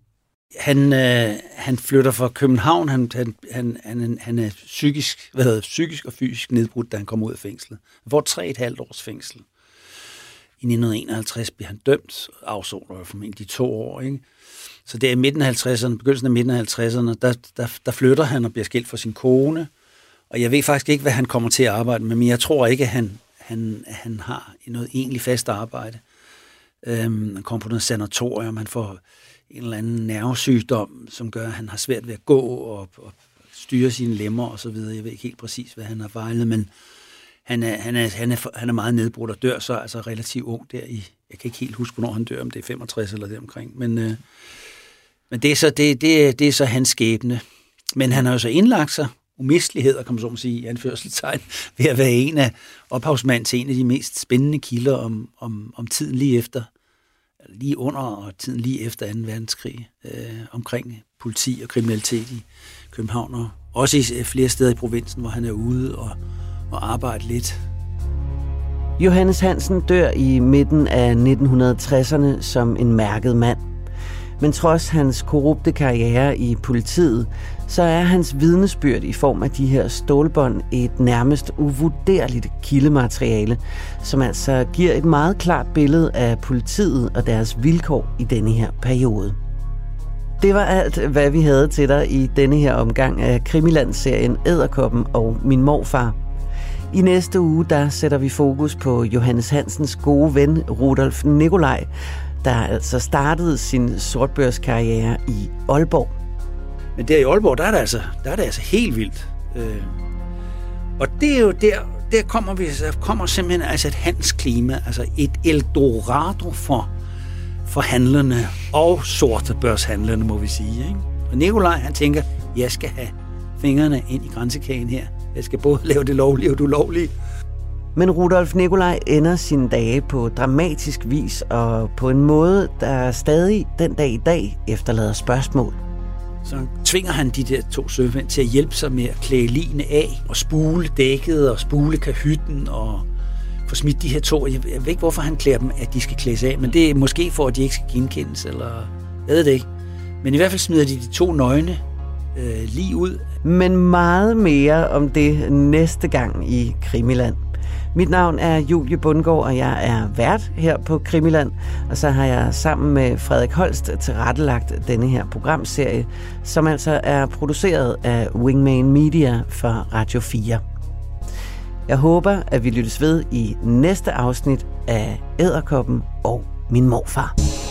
Speaker 2: Han flytter fra København. Han er psykisk og fysisk nedbrudt, da han kommer ud af fængslet. Han får 3,5 års fængsel. I 1951 bliver han dømt, afsoner formentlig 2 år. Ikke? Så det er begyndelsen af midten af 50'erne, der flytter han og bliver skilt fra sin kone. Og jeg ved faktisk ikke, hvad han kommer til at arbejde med, men jeg tror ikke, at han har noget egentlig fast arbejde. Han kommer på noget sanatorium, han får en eller anden nervesygdom, som gør, at han har svært ved at gå og styre sine lemmer og så videre. Jeg ved ikke helt præcis, hvad han har fejlet, men han er meget nedbrudt og dør så altså relativt ung der i, jeg kan ikke helt huske, hvornår han dør, om det er 65 eller deromkring, men det er så hans skæbne. Men han har jo så indlagt sig umisteligheder, kan man så må sige, i anførselstegn, ved at være en af ophavsmand til en af de mest spændende kilder om tiden lige under og tiden lige efter 2. verdenskrig, omkring politi og kriminalitet i København, og også i flere steder i provinsen, hvor han er ude og arbejde lidt.
Speaker 1: Johannes Hansen dør i midten af 1960'erne som en mærket mand. Men trods hans korrupte karriere i politiet, så er hans vidnesbyrd i form af de her stålbånd et nærmest uvurderligt kildemateriale, som altså giver et meget klart billede af politiet og deres vilkår i denne her periode. Det var alt, hvad vi havde til dig i denne her omgang af Krimiland-serien Edderkoppen og min morfar. I næste uge, der sætter vi fokus på Johannes Hansens gode ven, Rudolf Nicolai, der altså startede sin sortbørskarriere i Aalborg.
Speaker 2: Men der i Aalborg, der er det altså helt vildt. Og det er jo der kommer simpelthen altså et handelsklima, altså et Eldorado for handlerne og sorte børshandlerne, må vi sige. Ikke? Og Nicolai, han tænker, jeg skal have fingrene ind i grænsekagen her. Jeg skal både lave det lovlige og det ulovlige.
Speaker 1: Men Rudolf Nicolai ender sine dage på dramatisk vis og på en måde, der stadig den dag i dag efterlader spørgsmål.
Speaker 2: Så tvinger han de der 2 sømænd til at hjælpe sig med at klæde ligene af og spule dækket og spule kahytten og få smidt de her 2. Jeg ved ikke, hvorfor han klæder dem, at de skal klædes af, men det er måske for, at de ikke skal genkendes, eller jeg ved det ikke. Men i hvert fald smider de 2 nøgne lige ud.
Speaker 1: Men meget mere om det næste gang i Krimiland. Mit navn er Julie Bundgaard, og jeg er vært her på Krimiland. Og så har jeg sammen med Frederik Holst tilrettelagt denne her programserie, som altså er produceret af Wingman Media for Radio 4. Jeg håber, at vi lyttes ved i næste afsnit af Edderkoppen og min morfar.